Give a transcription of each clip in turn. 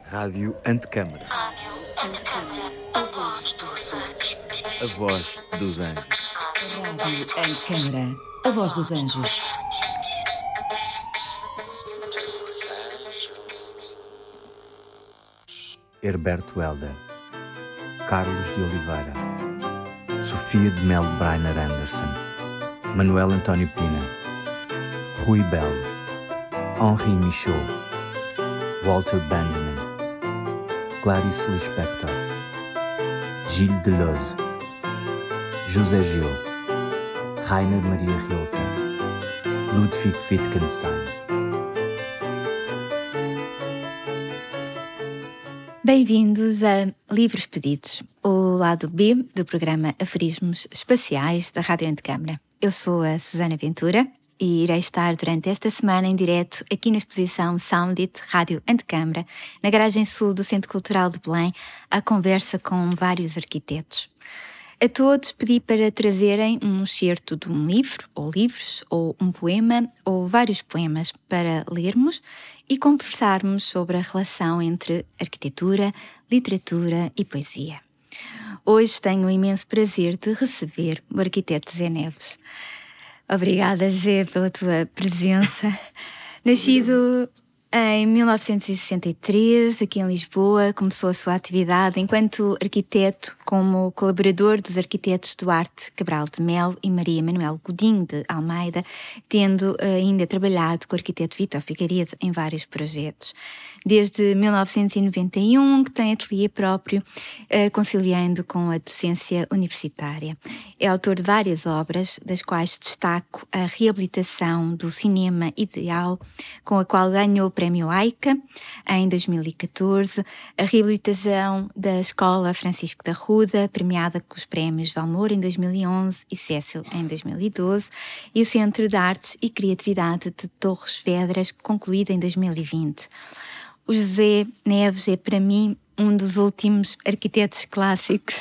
Rádio Antecâmara. A voz dos anjos. A voz dos anjos. Rádio Antecâmara. A voz dos anjos. Herberto Helder, Carlos de Oliveira, Sofia de Melo Breiner Anderson, Manuel António Pina, Rui Belo, Henri Michaud, Walter Benjamin, Clarice Lispector, Gilles Deleuze, José Gil, Rainer Maria Rilke, Ludwig Wittgenstein. Bem-vindos a Livros Pedidos, o lado B do programa Aforismos Espaciais da Rádio Antecâmara. Eu sou a Susana Ventura e irei estar durante esta semana em direto aqui na exposição Soundit Rádio Antecâmara, na garagem sul do Centro Cultural de Belém, à conversa com vários arquitetos. A todos pedi para trazerem um excerto de um livro, ou livros, ou um poema, ou vários poemas para lermos e conversarmos sobre a relação entre arquitetura, literatura e poesia. Hoje tenho o imenso prazer de receber o arquiteto Zé Neves. Obrigada, Zé, pela tua presença. Nascido em 1963, aqui em Lisboa, começou a sua atividade enquanto arquiteto como colaborador dos arquitetos Duarte Cabral de Melo e Maria Manuel Godinho de Almeida, tendo ainda trabalhado com o arquiteto Vítor Figueiredo em vários projetos. Desde 1991 que tem ateliê próprio, conciliando com a docência universitária. É autor de várias obras, das quais destaco a reabilitação do cinema ideal, com a qual ganhou o Prémio AICA em 2014, a reabilitação da Escola Francisco da Ruda, premiada com os prémios Valmor em 2011 e Cécil em 2012, e o Centro de Artes e Criatividade de Torres Vedras, concluído em 2020. O José Neves é, para mim, um dos últimos arquitetos clássicos.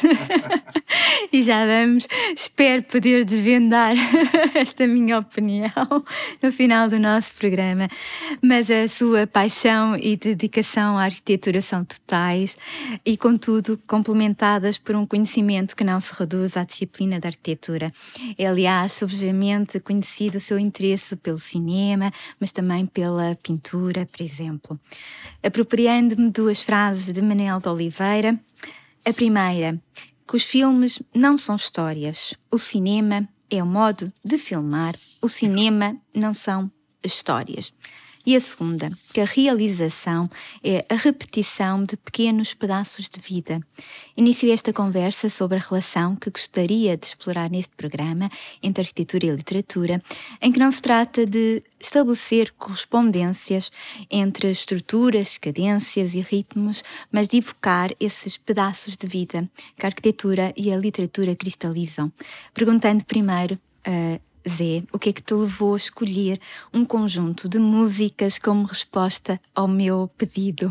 E já vamos, espero poder desvendar esta minha opinião no final do nosso programa. Mas a sua paixão e dedicação à arquitetura são totais e, contudo, complementadas por um conhecimento que não se reduz à disciplina da arquitetura. É, aliás, subjamente conhecido o seu interesse pelo cinema, mas também pela pintura, por exemplo. Apropriando-me duas frases de Manel de Oliveira. A primeira, que os filmes não são histórias. O cinema é o modo de filmar. O cinema não são histórias. E a segunda, que a realização é a repetição de pequenos pedaços de vida. Inicio esta conversa sobre a relação que gostaria de explorar neste programa entre arquitetura e literatura, em que não se trata de estabelecer correspondências entre estruturas, cadências e ritmos, mas de evocar esses pedaços de vida que a arquitetura e a literatura cristalizam. Perguntando primeiro Zé, o que é que te levou a escolher um conjunto de músicas como resposta ao meu pedido?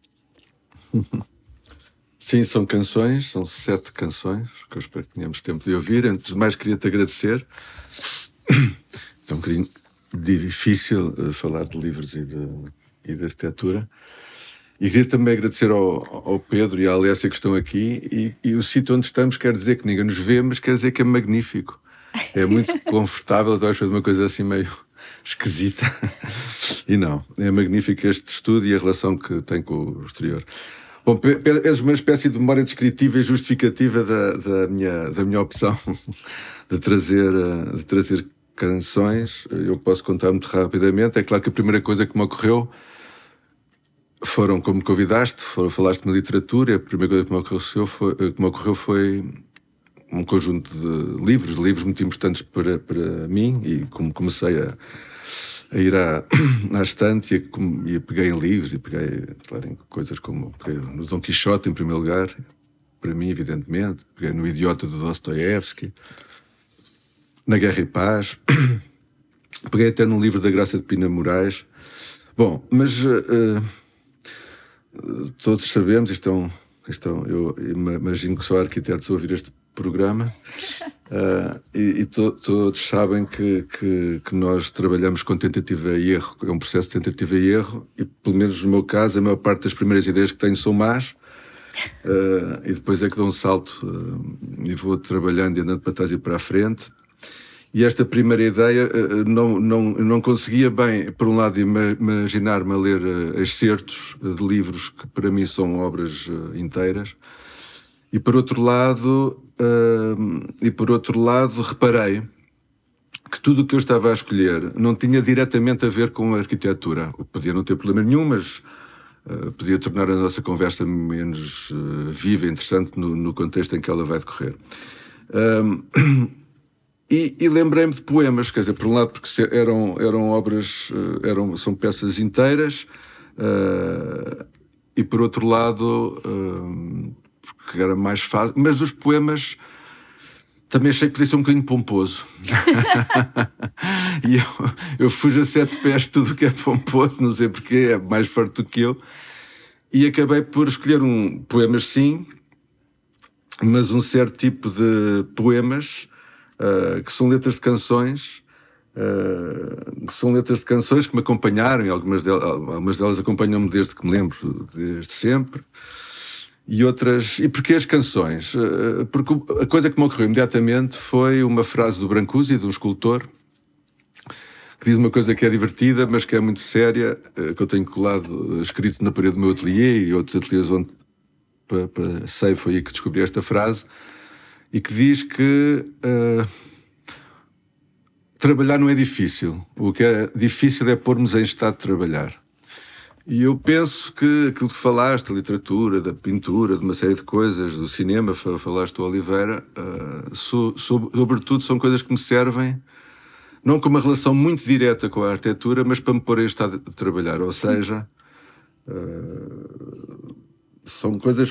Sim, são canções, são 7 canções, que eu espero que tenhamos tempo de ouvir. Antes de mais, queria-te agradecer. É um bocadinho difícil falar de livros e de arquitetura. E queria também agradecer ao Pedro e à Alessia que estão aqui. E o sítio onde estamos quer dizer que ninguém nos vê, mas quer dizer que é magnífico. É muito confortável, estou a fazer uma coisa assim meio esquisita. E não, é magnífico este estudo e a relação que tem com o exterior. Bom, és uma espécie de memória descritiva e justificativa da minha opção de trazer canções. Eu posso contar muito rapidamente. É claro que a primeira coisa que me ocorreu foram, como me convidaste, falaste-me de literatura. A primeira coisa que me ocorreu foi um conjunto de livros muito importantes para mim, e como comecei a ir à estante e peguei em livros e peguei, claro, em coisas como peguei no Dom Quixote em primeiro lugar, para mim evidentemente, peguei no Idiota do Dostoiévski, na Guerra e Paz, peguei até num livro da Graça de Pina Moraes. Bom, mas todos sabemos, eu imagino que só arquitetos a ouvir este programa. E todos sabem que nós trabalhamos com tentativa e erro, é um processo de tentativa e erro, e pelo menos no meu caso a maior parte das primeiras ideias que tenho são más, e depois é que dou um salto e vou trabalhando e andando para trás e para a frente. E esta primeira ideia não conseguia bem, por um lado, imaginar-me a ler excertos de livros que para mim são obras inteiras, e por outro lado reparei que tudo o que eu estava a escolher não tinha diretamente a ver com a arquitetura. Podia não ter problema nenhum, mas podia tornar a nossa conversa menos viva e interessante no contexto em que ela vai decorrer. E lembrei-me de poemas, quer dizer, por um lado porque eram obras, são peças inteiras, e por outro lado porque era mais fácil, mas os poemas também achei que podia ser um bocadinho pomposo. E eu fujo a 7 pés de tudo o que é pomposo, não sei porquê, é mais forte do que eu, e acabei por escolher poemas sim, mas um certo tipo de poemas que são letras de canções, que me acompanharam, e algumas delas acompanham-me desde que me lembro, desde sempre. E outras... E porquê as canções? Porque a coisa que me ocorreu imediatamente foi uma frase do Brancusi, de um escultor, que diz uma coisa que é divertida, mas que é muito séria, que eu tenho colado, escrito na parede do meu ateliê e outros ateliês onde sei, foi aí que descobri esta frase, e que diz que trabalhar não é difícil. O que é difícil é pôr-nos em estado de trabalhar. E eu penso que aquilo que falaste, da literatura, da pintura, de uma série de coisas, do cinema, falaste do Oliveira, sobretudo são coisas que me servem, não com uma relação muito direta com a arquitetura, mas para me pôr em estado de trabalhar. Ou seja, são coisas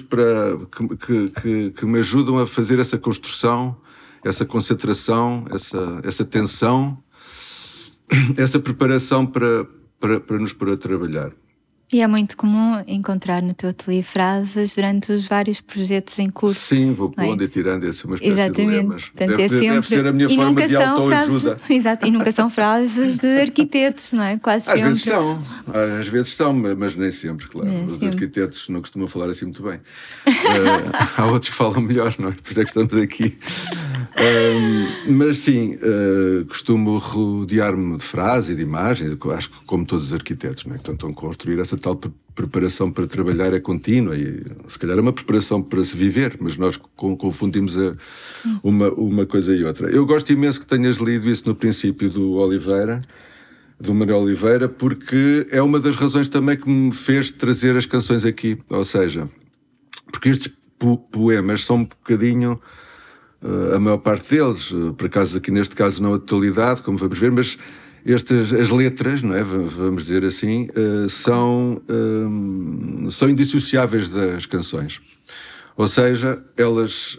que me ajudam a fazer essa construção, essa concentração, essa tensão, essa preparação para nos pôr a trabalhar. E é muito comum encontrar no teu ateliê frases durante os vários projetos em curso. Sim, vou pondo e tirando essa uma espécie Exatamente. de lemas. Portanto, deve ser a minha forma de autoajuda. Exato, e nunca são frases de arquitetos, não é? Quase sempre. Às vezes são, mas nem sempre, claro. Os arquitetos não costumam falar assim muito bem. Há outros que falam melhor, não é? Por isso é que estamos aqui. Mas sim, costumo rodear-me de frases e de imagens, acho que como todos os arquitetos, não é? Então estão a construir essa tal preparação para trabalhar é contínua, e se calhar é uma preparação para se viver, mas nós confundimos uma coisa e outra. Eu gosto imenso que tenhas lido isso no princípio do Manuel Oliveira, porque é uma das razões também que me fez trazer as canções aqui, ou seja, porque estes poemas são um bocadinho... a maior parte deles, por acaso aqui neste caso não a totalidade, como vamos ver, mas as letras, não é? Vamos dizer assim, são indissociáveis das canções. Ou seja, elas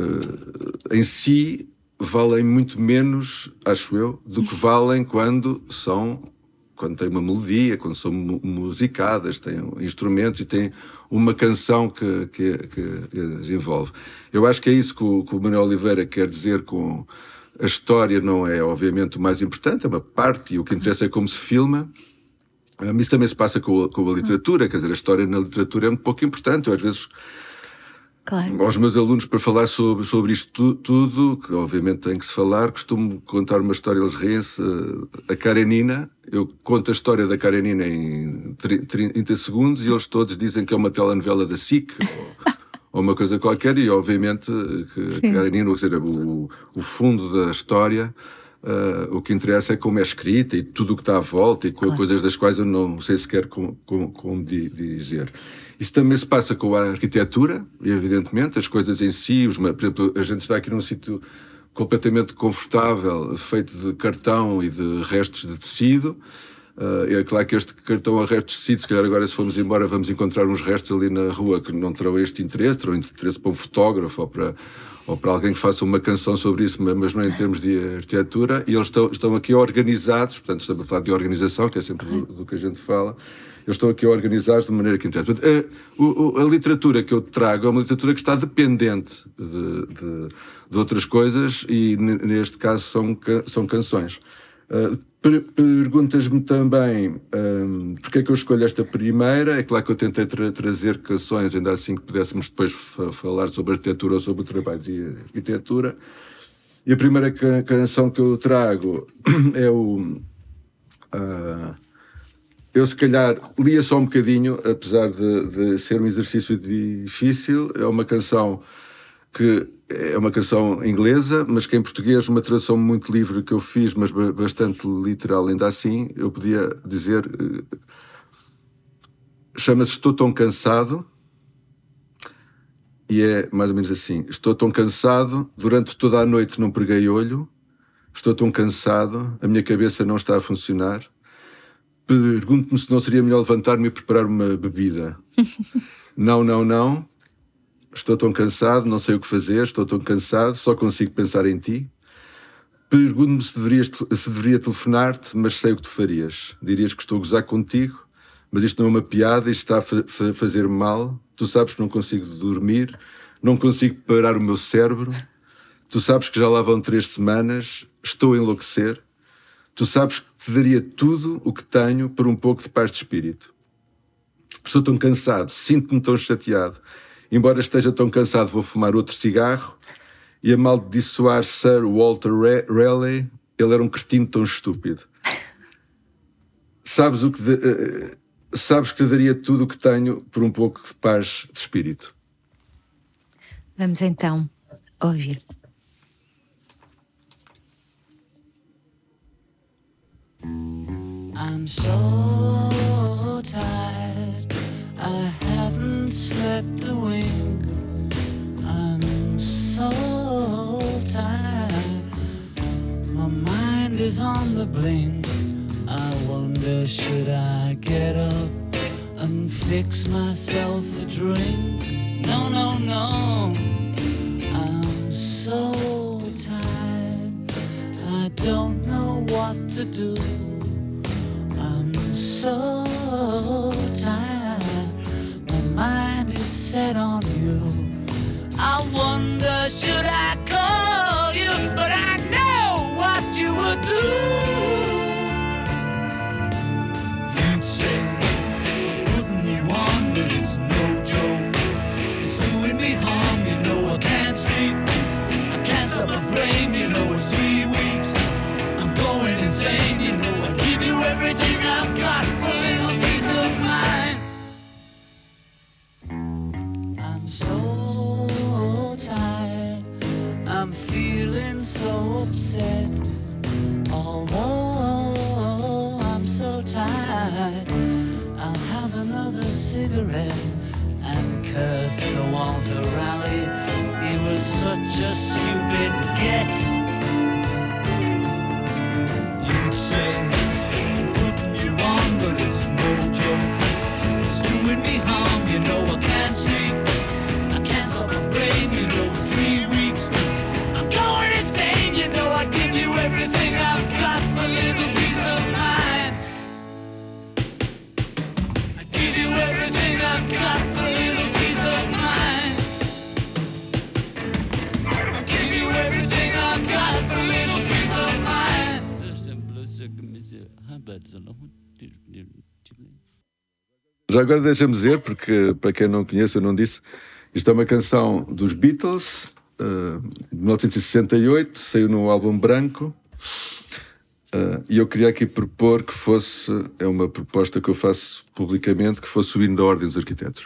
em si valem muito menos, acho eu, do que valem quando têm uma melodia, quando são musicadas, têm instrumentos e têm uma canção que as envolve. Eu acho que é isso que o Manuel Oliveira quer dizer com a história não é, obviamente, o mais importante, é uma parte, e o que interessa é como se filma. Isso também se passa com a literatura, quer dizer, a história na literatura é muito pouco importante. Eu, às vezes, claro, aos meus alunos, para falar sobre isto tudo, que obviamente tem que se falar, costumo contar uma história, eles riem-se, a Karenina. Eu conto a história da Karenina em 30 segundos e eles todos dizem que é uma telenovela da SIC ou uma coisa qualquer, e obviamente que a Karenina, quer dizer, o fundo da história, o que interessa é como é escrita e tudo o que está à volta, e com coisas das quais eu não sei sequer como dizer. Isso também se passa com a arquitetura, e evidentemente as coisas em si, por exemplo, a gente está aqui num sítio completamente confortável, feito de cartão e de restos de tecido. É claro que este cartão a restos de tecido, se calhar agora se formos embora vamos encontrar uns restos ali na rua que não terão este interesse, terão interesse para um fotógrafo ou para alguém que faça uma canção sobre isso, mas não em termos de arquitetura. E eles estão aqui organizados, portanto estamos a falar de organização, que é sempre do que a gente fala. Eu estou aqui a organizar de maneira que interessa. A literatura que eu trago é uma literatura que está dependente de outras coisas e, neste caso, são canções. Perguntas-me também porque é que eu escolho esta primeira. É claro que eu tentei trazer canções, ainda assim que pudéssemos depois falar sobre arquitetura ou sobre o trabalho de arquitetura. E a primeira canção que eu trago é eu se calhar lia só um bocadinho, apesar de ser um exercício difícil. É uma canção que é uma canção inglesa, mas que em português, uma tradução muito livre que eu fiz, mas bastante literal ainda assim, eu podia dizer, chama-se Estou Tão Cansado, e é mais ou menos assim: estou tão cansado, durante toda a noite não preguei olho, estou tão cansado, a minha cabeça não está a funcionar, pergunto-me se não seria melhor levantar-me e preparar uma bebida. Não. Estou tão cansado, não sei o que fazer, estou tão cansado, só consigo pensar em ti. Pergunto-me se deveria telefonar-te, mas sei o que tu farias. Dirias que estou a gozar contigo, mas isto não é uma piada, isto está a fazer-me mal. Tu sabes que não consigo dormir, não consigo parar o meu cérebro. Tu sabes que já lá vão 3 semanas, estou a enlouquecer. Tu sabes que te daria tudo o que tenho por um pouco de paz de espírito. Estou tão cansado, sinto-me tão chateado. Embora esteja tão cansado, vou fumar outro cigarro e amaldiçoar Sir Walter Raleigh. Ele era um cretino tão estúpido. Sabes que te daria tudo o que tenho por um pouco de paz de espírito. Vamos então ouvir. I'm so tired, I haven't slept a wink. I'm so tired, my mind is on the blink. I wonder, should I get up and fix myself a drink? No, I'm so tired, I don't know what to do. I'm so tired, my mind is set on you. I wonder, should I call you? But I know what you would do. You'd say, putting you on, but it's no joke. It's doing me harm, you know I can't sleep. I can't stop my brain, you know it's 3 weeks. I'm going insane, you know I give you everything I've got for a little peace of mind. I'm so tired, I'm feeling so upset. Although I'm so tired, I'll have another cigarette and curse Sir Walter Raleigh. He was such a stupid get. You'd say, putting you on, but it's no joke. It's doing me harm, you know I can't sleep. I can't stop my brain, you know, 3 weeks. I'm going insane, you know I'd give you everything I've got for a little peace of mind. I'd give you everything I've got for a little peace of mind. I'd give you everything I've got for a little peace of mind. Já agora deixa-me dizer, porque para quem não conhece, eu não disse, isto é uma canção dos Beatles, de 1968, saiu no álbum branco, e eu queria aqui propor que fosse, é uma proposta que eu faço publicamente, que fosse o hino da Ordem dos Arquitetos.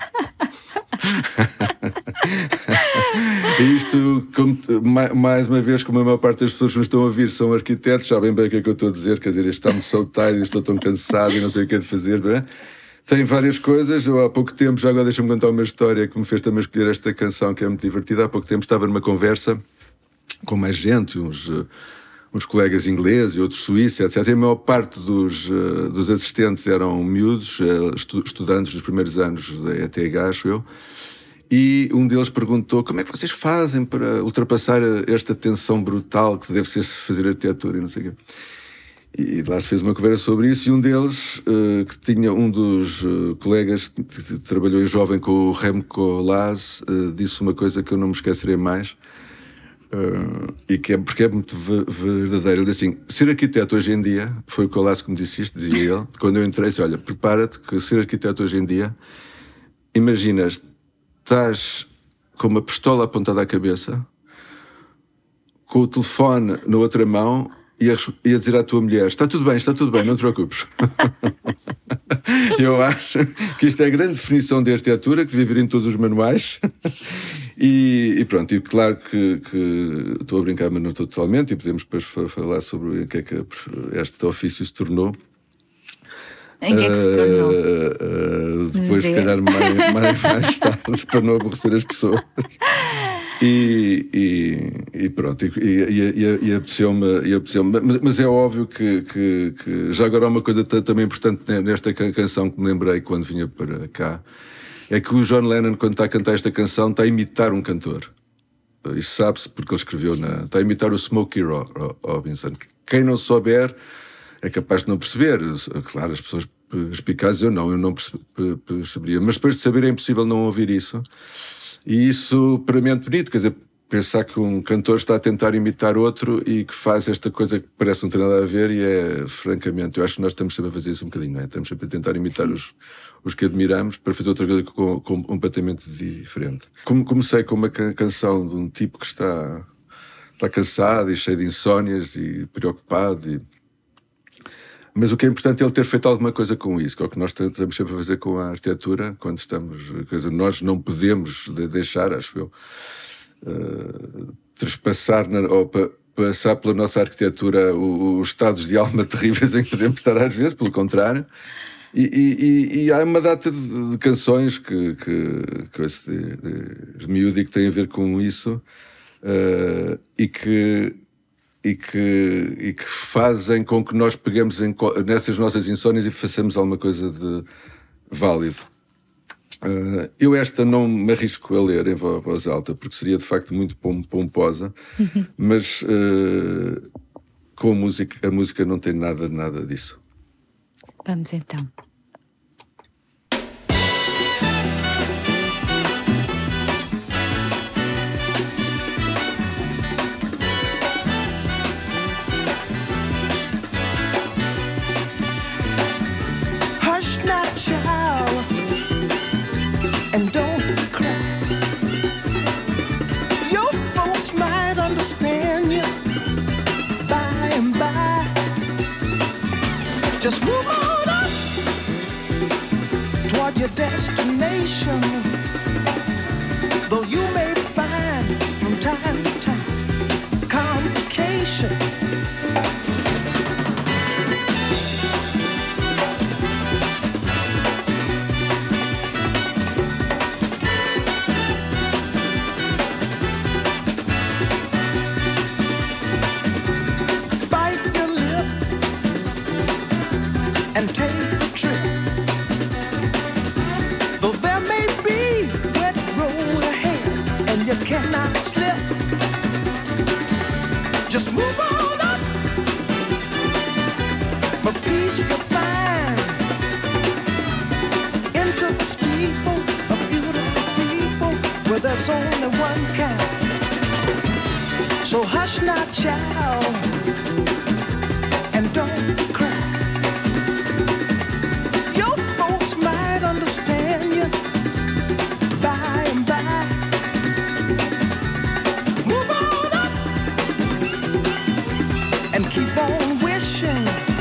E isto, mais uma vez, como a maior parte das pessoas que nos estão a ouvir são arquitetos, sabem bem o que é que eu estou a dizer, quer dizer, está-me so tired, estou tão cansado e não sei o que é de fazer, não é? Tem várias coisas. Eu há pouco tempo, já agora deixa-me contar uma história que me fez também escolher esta canção, que é muito divertida. Há pouco tempo estava numa conversa com mais gente, uns colegas ingleses e outros suíços, etc. E a maior parte dos assistentes eram miúdos, estudantes dos primeiros anos da ETH, acho eu. E um deles perguntou: como é que vocês fazem para ultrapassar esta tensão brutal que deve ser fazer arquitetura e não sei o quê. E lá se fez uma conversa sobre isso, e um deles, que tinha um dos colegas que trabalhou em jovem com o Remco Laz, disse uma coisa que eu não me esquecerei mais, e que porque é muito verdadeiro. Ele disse assim: ser arquiteto hoje em dia, foi o que o Laz que me disse isto, dizia ele, quando eu entrei, disse: olha, prepara-te que ser arquiteto hoje em dia, imaginas, estás com uma pistola apontada à cabeça, com o telefone na outra mão, e a dizer à tua mulher: está tudo bem, não te preocupes. Eu acho que isto é a grande definição de arquitetura, que devia vir em todos os manuais. E pronto, e claro que estou a brincar, mas não estou totalmente, e podemos depois falar sobre o que é que este ofício se tornou. Em que é que se tornou? Depois, se calhar, mais tarde, para não aborrecer as pessoas. E pronto, e apeteceu-me, mas é óbvio que já agora há uma coisa também importante nesta canção que me lembrei quando vinha para cá, é que o John Lennon, quando está a cantar esta canção, está a imitar um cantor. Isso sabe-se porque ele escreveu, está a imitar o Smokey Robinson. Quem não souber é capaz de não perceber. Claro, as pessoas perspicazes eu não perceberia, mas depois de saber é impossível não ouvir isso. E isso para mim é muito bonito, quer dizer, pensar que um cantor está a tentar imitar outro e que faz esta coisa que parece não ter nada a ver, e é, francamente, eu acho que nós estamos sempre a fazer isso um bocadinho, não é? Estamos sempre a tentar imitar os que admiramos para fazer outra coisa completamente diferente. Comecei com uma canção de um tipo que está cansado e cheio de insónias e preocupado, mas o que é importante é ele ter feito alguma coisa com isso, que é o que nós estamos sempre a fazer com a arquitetura, quando estamos... Quer dizer, nós não podemos deixar, acho eu, trespassar ou passar pela nossa arquitetura os estados de alma terríveis em que podemos estar às vezes, pelo contrário. E há uma data de canções que de miúdo e que têm a ver com isso, e que fazem com que nós peguemos nessas nossas insónias e façamos alguma coisa de válido. Eu esta não me arrisco a ler em voz alta, porque seria de facto muito pomposa, mas com a música não tem nada disso. Vamos então. And don't cry. Your folks might understand you by and by. Just move on up toward your destination. Though you may find from time to time complication. And take the trip. Though there may be wet road ahead and you cannot slip, just move on up. For peace you'll find into the steeple of beautiful people where there's only one kind. So hush not, child, and don't cry. Understand you by and by. Move on up and keep on wishing.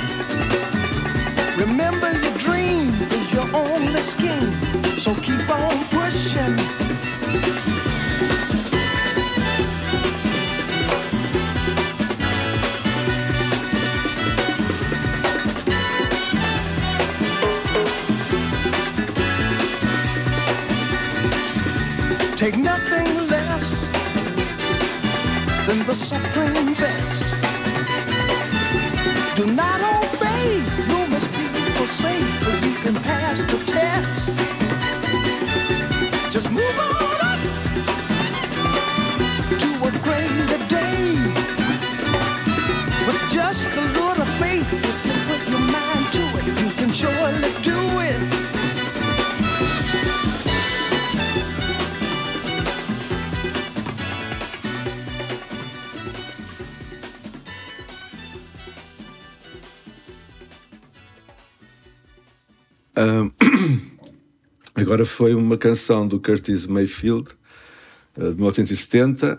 Remember your dream is your only scheme, so keep on pushing. Take nothing less than the supreme best. Do not obey rumors people say, but you can pass the test. Just move on up to a greater day. With just a little faith Agora foi uma canção do Curtis Mayfield, de 1970.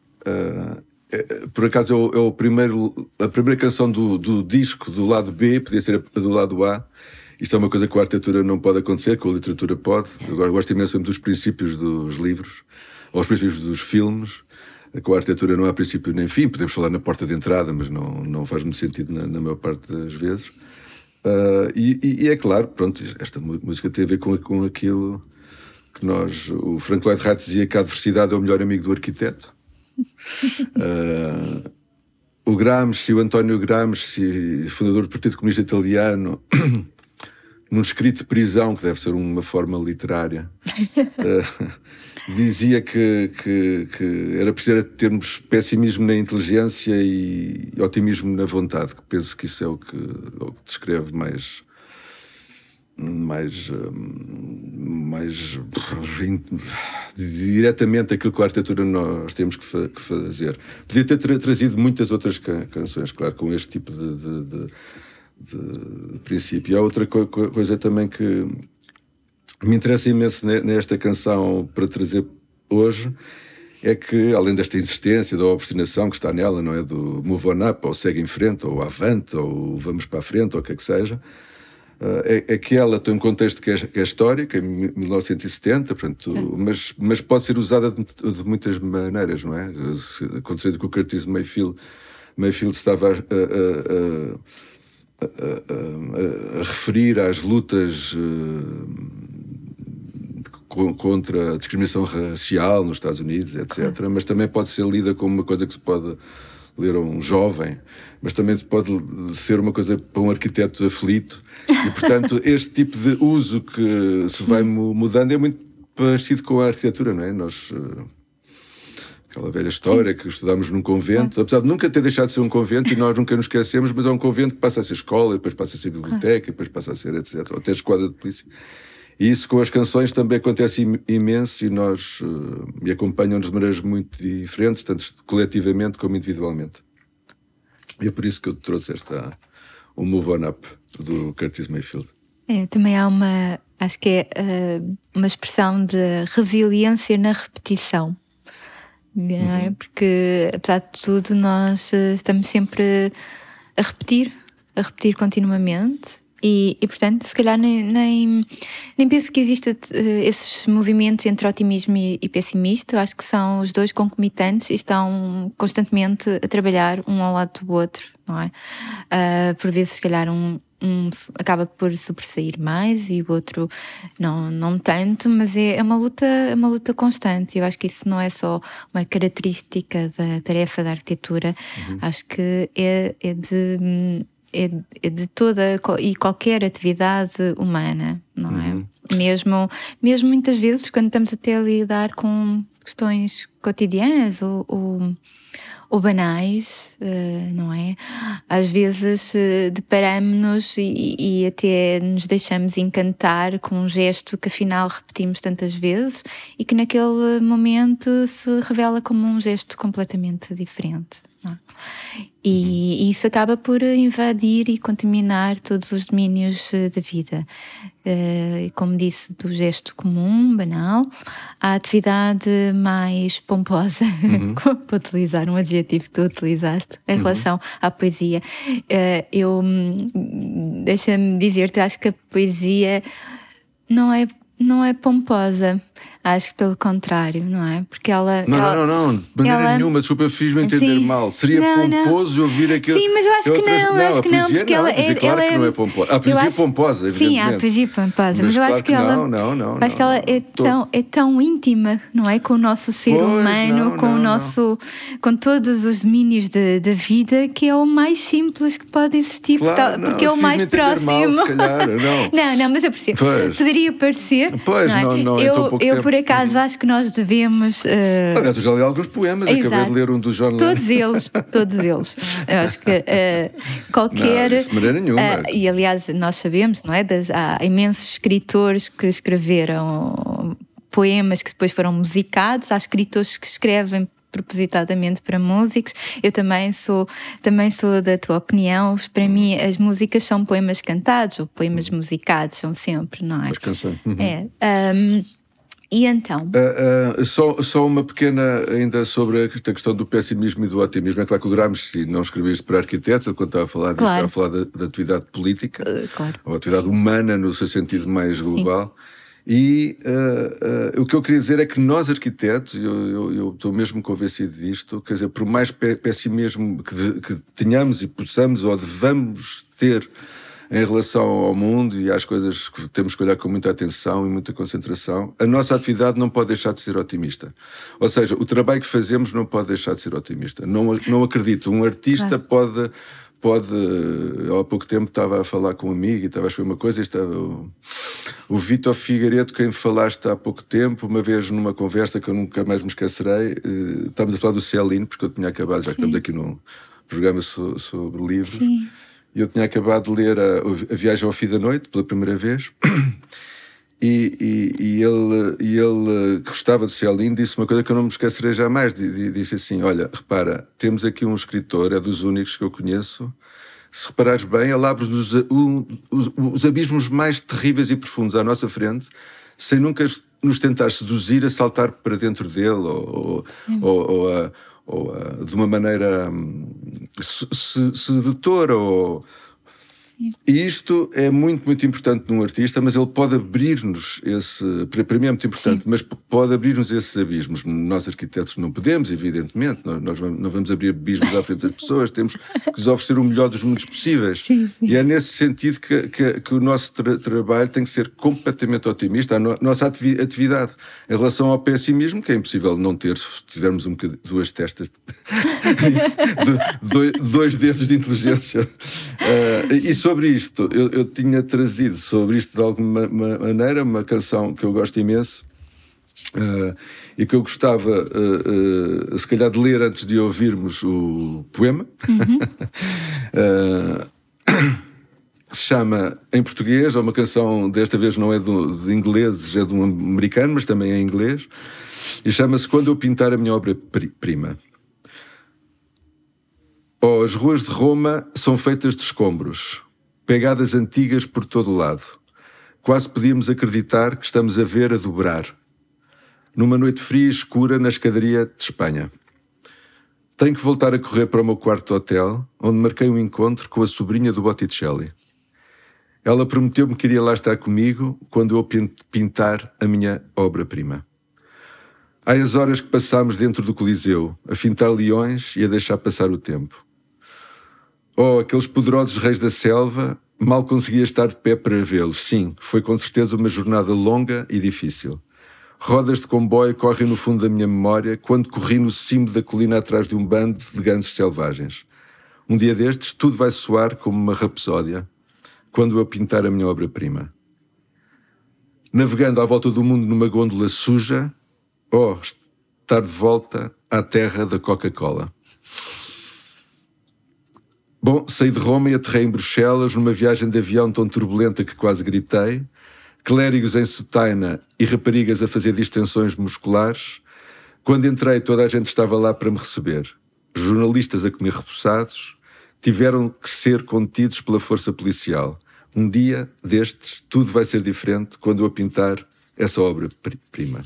Por acaso é a primeira canção do disco do lado B, podia ser do lado A. Isto é uma coisa que com a arquitetura não pode acontecer, com a literatura pode. Agora gosto imenso dos princípios dos livros, ou os princípios dos filmes. Com a arquitetura não há princípio nem fim, podemos falar na porta de entrada, mas não faz muito sentido na maior parte das vezes. E é claro, pronto, esta música tem a ver com aquilo que o Frank Lloyd Wright dizia, que a adversidade é o melhor amigo do arquiteto. O Gramsci, o António Gramsci, fundador do Partido Comunista Italiano, num escrito de prisão, que deve ser uma forma literária, dizia que era preciso termos pessimismo na inteligência e otimismo na vontade, que penso que isso é o que descreve mais diretamente aquilo que a arquitetura nós temos que fazer. Podia ter trazido muitas outras canções, claro, com este tipo de princípio. E há outra coisa também que me interessa imenso nesta canção para trazer hoje, é que, além desta insistência, da obstinação que está nela, não é? Do move on up, ou segue em frente, ou avante, ou vamos para a frente, ou o que é que seja, é que ela tem um contexto que é histórico, em 1970, portanto, mas pode ser usada de muitas maneiras, não é? Acontecendo que o Curtis Mayfield estava a referir às lutas contra a discriminação racial nos Estados Unidos, etc. Mas também pode ser lida como uma coisa que se pode ler a um jovem, mas também pode ser uma coisa para um arquiteto aflito. E, portanto, este tipo de uso que se vai mudando é muito parecido com a arquitetura, não é? Nós... aquela velha história que estudámos num convento, apesar de nunca ter deixado de ser um convento, e nós nunca nos esquecemos, mas é um convento que passa a ser escola, depois passa a ser biblioteca, depois passa a ser etc. Ou até esquadra de polícia. E isso com as canções também acontece imenso, e nós me acompanham-nos de maneiras muito diferentes, tanto coletivamente como individualmente. E é por isso que eu trouxe o Move On Up, do Curtis Mayfield. Também há acho que é uma expressão de resiliência na repetição. Não é? Porque, apesar de tudo, nós estamos sempre a repetir continuamente e portanto, se calhar nem penso que exista esses movimentos entre otimismo e pessimismo. Acho que são os dois concomitantes e estão constantemente a trabalhar um ao lado do outro, não é? Por vezes, se calhar, um acaba por sobressair mais e o outro não tanto, mas é uma luta constante. Eu acho que isso não é só uma característica da tarefa da arquitetura. Acho que é de toda e qualquer atividade humana, não é? Mesmo muitas vezes quando estamos até a lidar com questões cotidianas ou banais, não é? Às vezes deparamos-nos e até nos deixamos encantar com um gesto que afinal repetimos tantas vezes e que naquele momento se revela como um gesto completamente diferente, não é? E isso acaba por invadir e contaminar todos os domínios da vida. Como disse, do gesto comum, banal, à atividade mais pomposa, para utilizar um adjetivo que tu utilizaste, em relação à poesia. Deixa-me dizer-te, acho que a poesia não é pomposa. Acho que pelo contrário, não é? Porque ela... Não, de maneira nenhuma, desculpa, eu fiz-me entender mal. Seria pomposo ouvir aquilo... Sim, mas eu acho que não, acho que não, porque ela é... Claro que não é pomposa. A poesia é pomposa, evidentemente. Sim, há a poesia pomposa, mas eu acho que ela... Acho que ela é tão íntima, não é? Com o nosso ser humano, com todos os domínios da vida, que é o mais simples que pode existir, porque é o mais próximo. Mal, se calhar, não, mas eu percebo. Poderia parecer... Pois, não é tão pouco tempo. Por acaso acho que nós devemos... Aliás, eu já li alguns poemas. Acabei de ler um do John Lennon. Todos eles. Eu acho que qualquer... Não, de maneira nenhuma. E aliás, nós sabemos, não é? Há imensos escritores que escreveram poemas que depois foram musicados. Há escritores que escrevem propositadamente para músicos. Eu também sou da tua opinião. Para mim, as músicas são poemas cantados ou poemas musicados, são sempre, não é? As canções. E então? Só uma pequena ainda sobre a questão do pessimismo e do otimismo. É claro que o Gramsci não escreveu isto para arquitetos, quando estava a falar, claro. Estava a falar da atividade política, claro. ou atividade humana no seu sentido mais global. Sim. E o que eu queria dizer é que nós arquitetos, eu estou mesmo convencido disto, quer dizer, por mais pessimismo que tenhamos e possamos ou devamos ter em relação ao mundo e às coisas que temos que olhar com muita atenção e muita concentração, a nossa atividade não pode deixar de ser otimista. Ou seja, o trabalho que fazemos não pode deixar de ser otimista. Não acredito. Um artista pode... Há pouco tempo estava a falar com um amigo e estava a escrever uma coisa, estava o Vítor Figueiredo, quem falaste há pouco tempo, uma vez numa conversa que eu nunca mais me esquecerei, estávamos a falar do Celine, porque eu tinha acabado, já que estamos aqui num programa sobre livros. Sim. E eu tinha acabado de ler a Viagem ao Fim da Noite, pela primeira vez, e ele gostava de Celine, disse uma coisa que eu não me esquecerei jamais, disse assim, olha, repara, temos aqui um escritor, é dos únicos que eu conheço, se reparares bem, ele abre os abismos mais terríveis e profundos à nossa frente, sem nunca nos tentar seduzir a saltar para dentro dele, ou de uma maneira sedutora. E isto é muito, muito importante num artista, mas ele pode abrir-nos para mim é muito importante, mas pode abrir-nos esses abismos. Nós arquitetos não podemos, evidentemente, nós não vamos abrir abismos à frente das pessoas, temos que lhes oferecer o melhor dos mundos possíveis. Sim. E é nesse sentido que o nosso trabalho tem que ser completamente otimista, a nossa atividade. Em relação ao pessimismo, que é impossível não ter, se tivermos duas testas, dois dedos de inteligência. E sobre isto, eu tinha trazido sobre isto de alguma maneira uma canção que eu gosto imenso e que eu gostava, se calhar, de ler antes de ouvirmos o poema. Que se chama, em português, é uma canção, desta vez não é de ingleses, é de um americano, mas também é em inglês, e chama-se Quando Eu Pintar a Minha Obra-Prima. As ruas de Roma são feitas de escombros, pegadas antigas por todo o lado. Quase podíamos acreditar que estamos a ver a dobrar. Numa noite fria e escura na escadaria de Espanha. Tenho que voltar a correr para o meu quarto de hotel, onde marquei um encontro com a sobrinha do Botticelli. Ela prometeu-me que iria lá estar comigo quando eu pintar a minha obra-prima. Há as horas que passámos dentro do Coliseu, a fintar leões e a deixar passar o tempo. Aqueles poderosos reis da selva, mal conseguia estar de pé para vê-los. Sim, foi com certeza uma jornada longa e difícil. Rodas de comboio correm no fundo da minha memória quando corri no cimo da colina atrás de um bando de gansos selvagens. Um dia destes, tudo vai soar como uma rapsódia quando eu pintar a minha obra-prima. Navegando à volta do mundo numa gôndola suja, estar de volta à terra da Coca-Cola. Bom, saí de Roma e aterrei em Bruxelas numa viagem de avião tão turbulenta que quase gritei, clérigos em sotaina e raparigas a fazer distensões musculares. Quando entrei, toda a gente estava lá para me receber. Jornalistas a comer repousados tiveram que ser contidos pela força policial. Um dia destes, tudo vai ser diferente quando eu pintar essa obra-prima.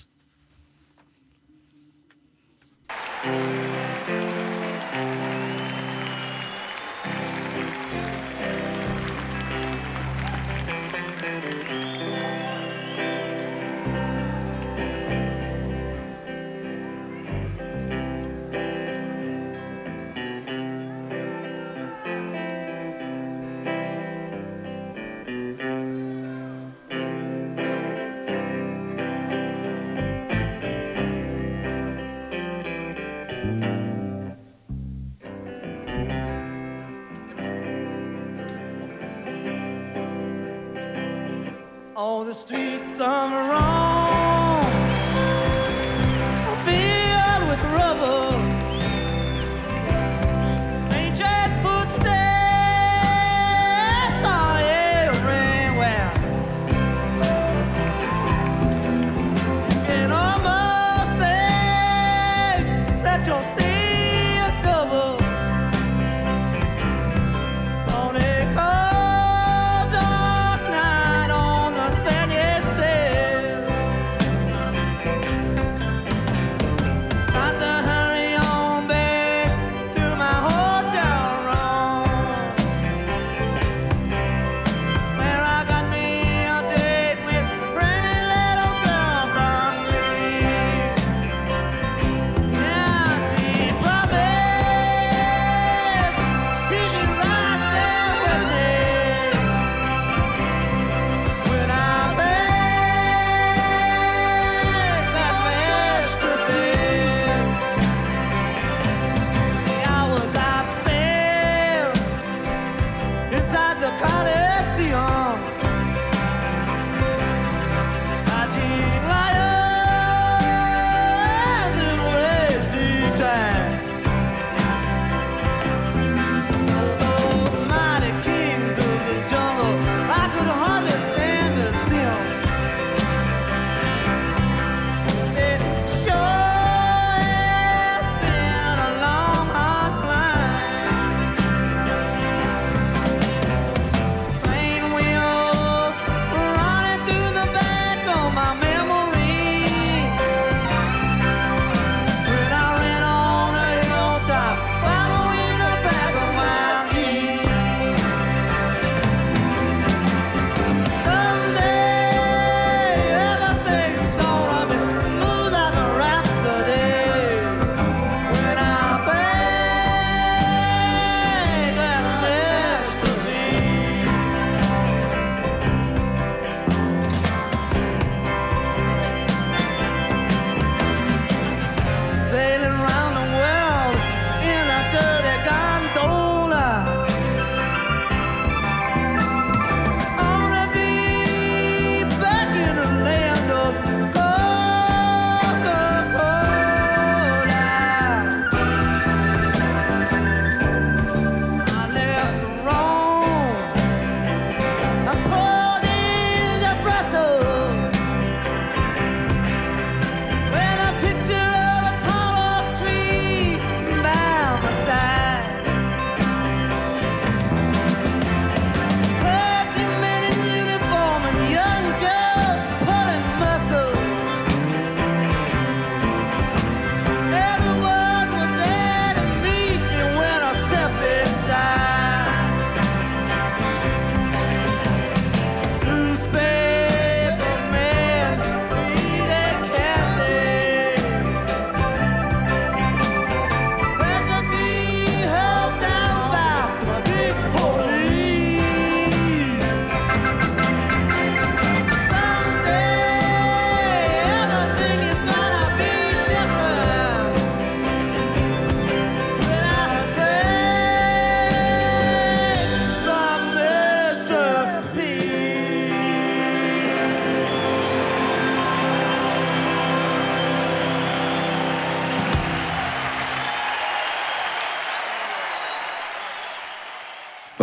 All the streets on the wrong are filled with rubble, ancient footsteps are everywhere. You can almost say that your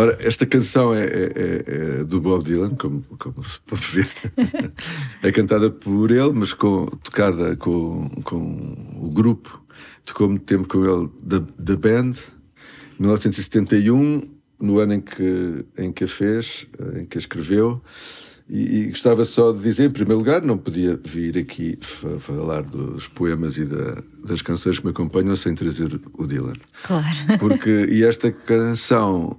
Ora, esta canção é do Bob Dylan, como se pode ver. É cantada por ele, mas tocada com o grupo. Tocou muito tempo com ele, da Band, 1971, no ano em que a fez, em que a escreveu. E gostava só de dizer, em primeiro lugar, não podia vir aqui falar dos poemas e das canções que me acompanham sem trazer o Dylan. Claro. E esta canção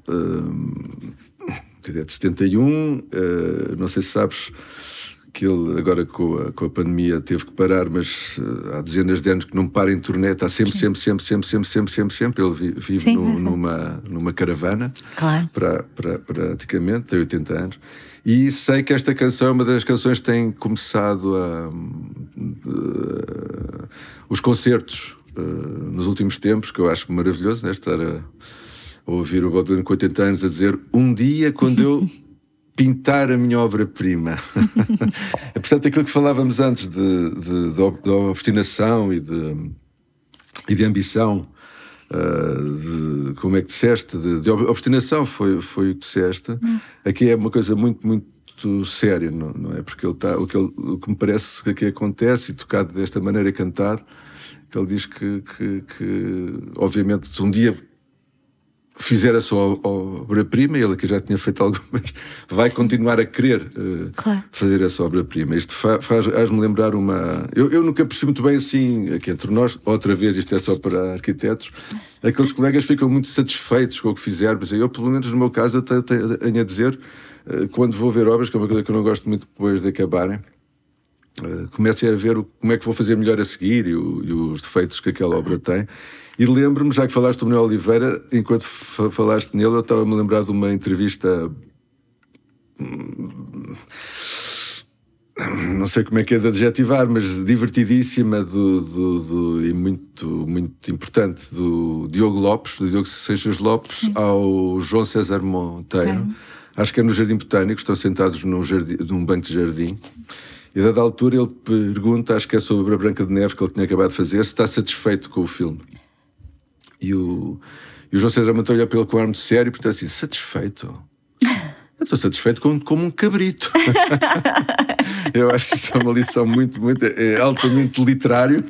é de 71, não sei se sabes que ele agora com a pandemia teve que parar, mas há dezenas de anos que não para em turnê, está sempre. Ele vive numa caravana, claro. Praticamente, tem 80 anos. E sei que esta canção é uma das canções que tem começado os concertos nos últimos tempos, que eu acho maravilhoso, né? Estar a ouvir o Bob Dylan com 80 anos a dizer: um dia, quando eu pintar a minha obra-prima. Portanto, aquilo que falávamos antes de obstinação e de ambição, como é que disseste? De obstinação foi o que disseste. Aqui é uma coisa muito, muito séria, não é? Porque o que me parece que aqui acontece, e tocado desta maneira, cantado, que ele diz que obviamente, se um dia fizer a sua obra-prima, ele que já tinha feito algumas, vai continuar a querer fazer essa obra-prima. Isto faz-me lembrar uma... Eu nunca percebi muito bem assim, aqui entre nós, outra vez, isto é só para arquitetos, aqueles colegas ficam muito satisfeitos com o que fizeram. Eu, pelo menos no meu caso, tenho a dizer, quando vou ver obras, que é uma coisa que eu não gosto muito depois de acabarem, comecem a ver como é que vou fazer melhor a seguir e os defeitos que aquela obra tem. E lembro-me, já que falaste do Manuel Oliveira, enquanto falaste nele, eu estava-me a lembrar de uma entrevista, não sei como é que é de adjetivar, mas divertidíssima e muito, muito importante, do Diogo Seixas Lopes, ao João César Monteiro. Acho que é no Jardim Botânico, estão sentados num banco de jardim. E, a dada altura, ele pergunta, acho que é sobre a Branca de Neve que ele tinha acabado de fazer, se está satisfeito com o filme. E o João César Monteiro olha para ele com um ar muito sério e pergunta assim: satisfeito? Eu estou satisfeito como um cabrito. Eu acho que isto é uma lição muito, muito... É altamente literário.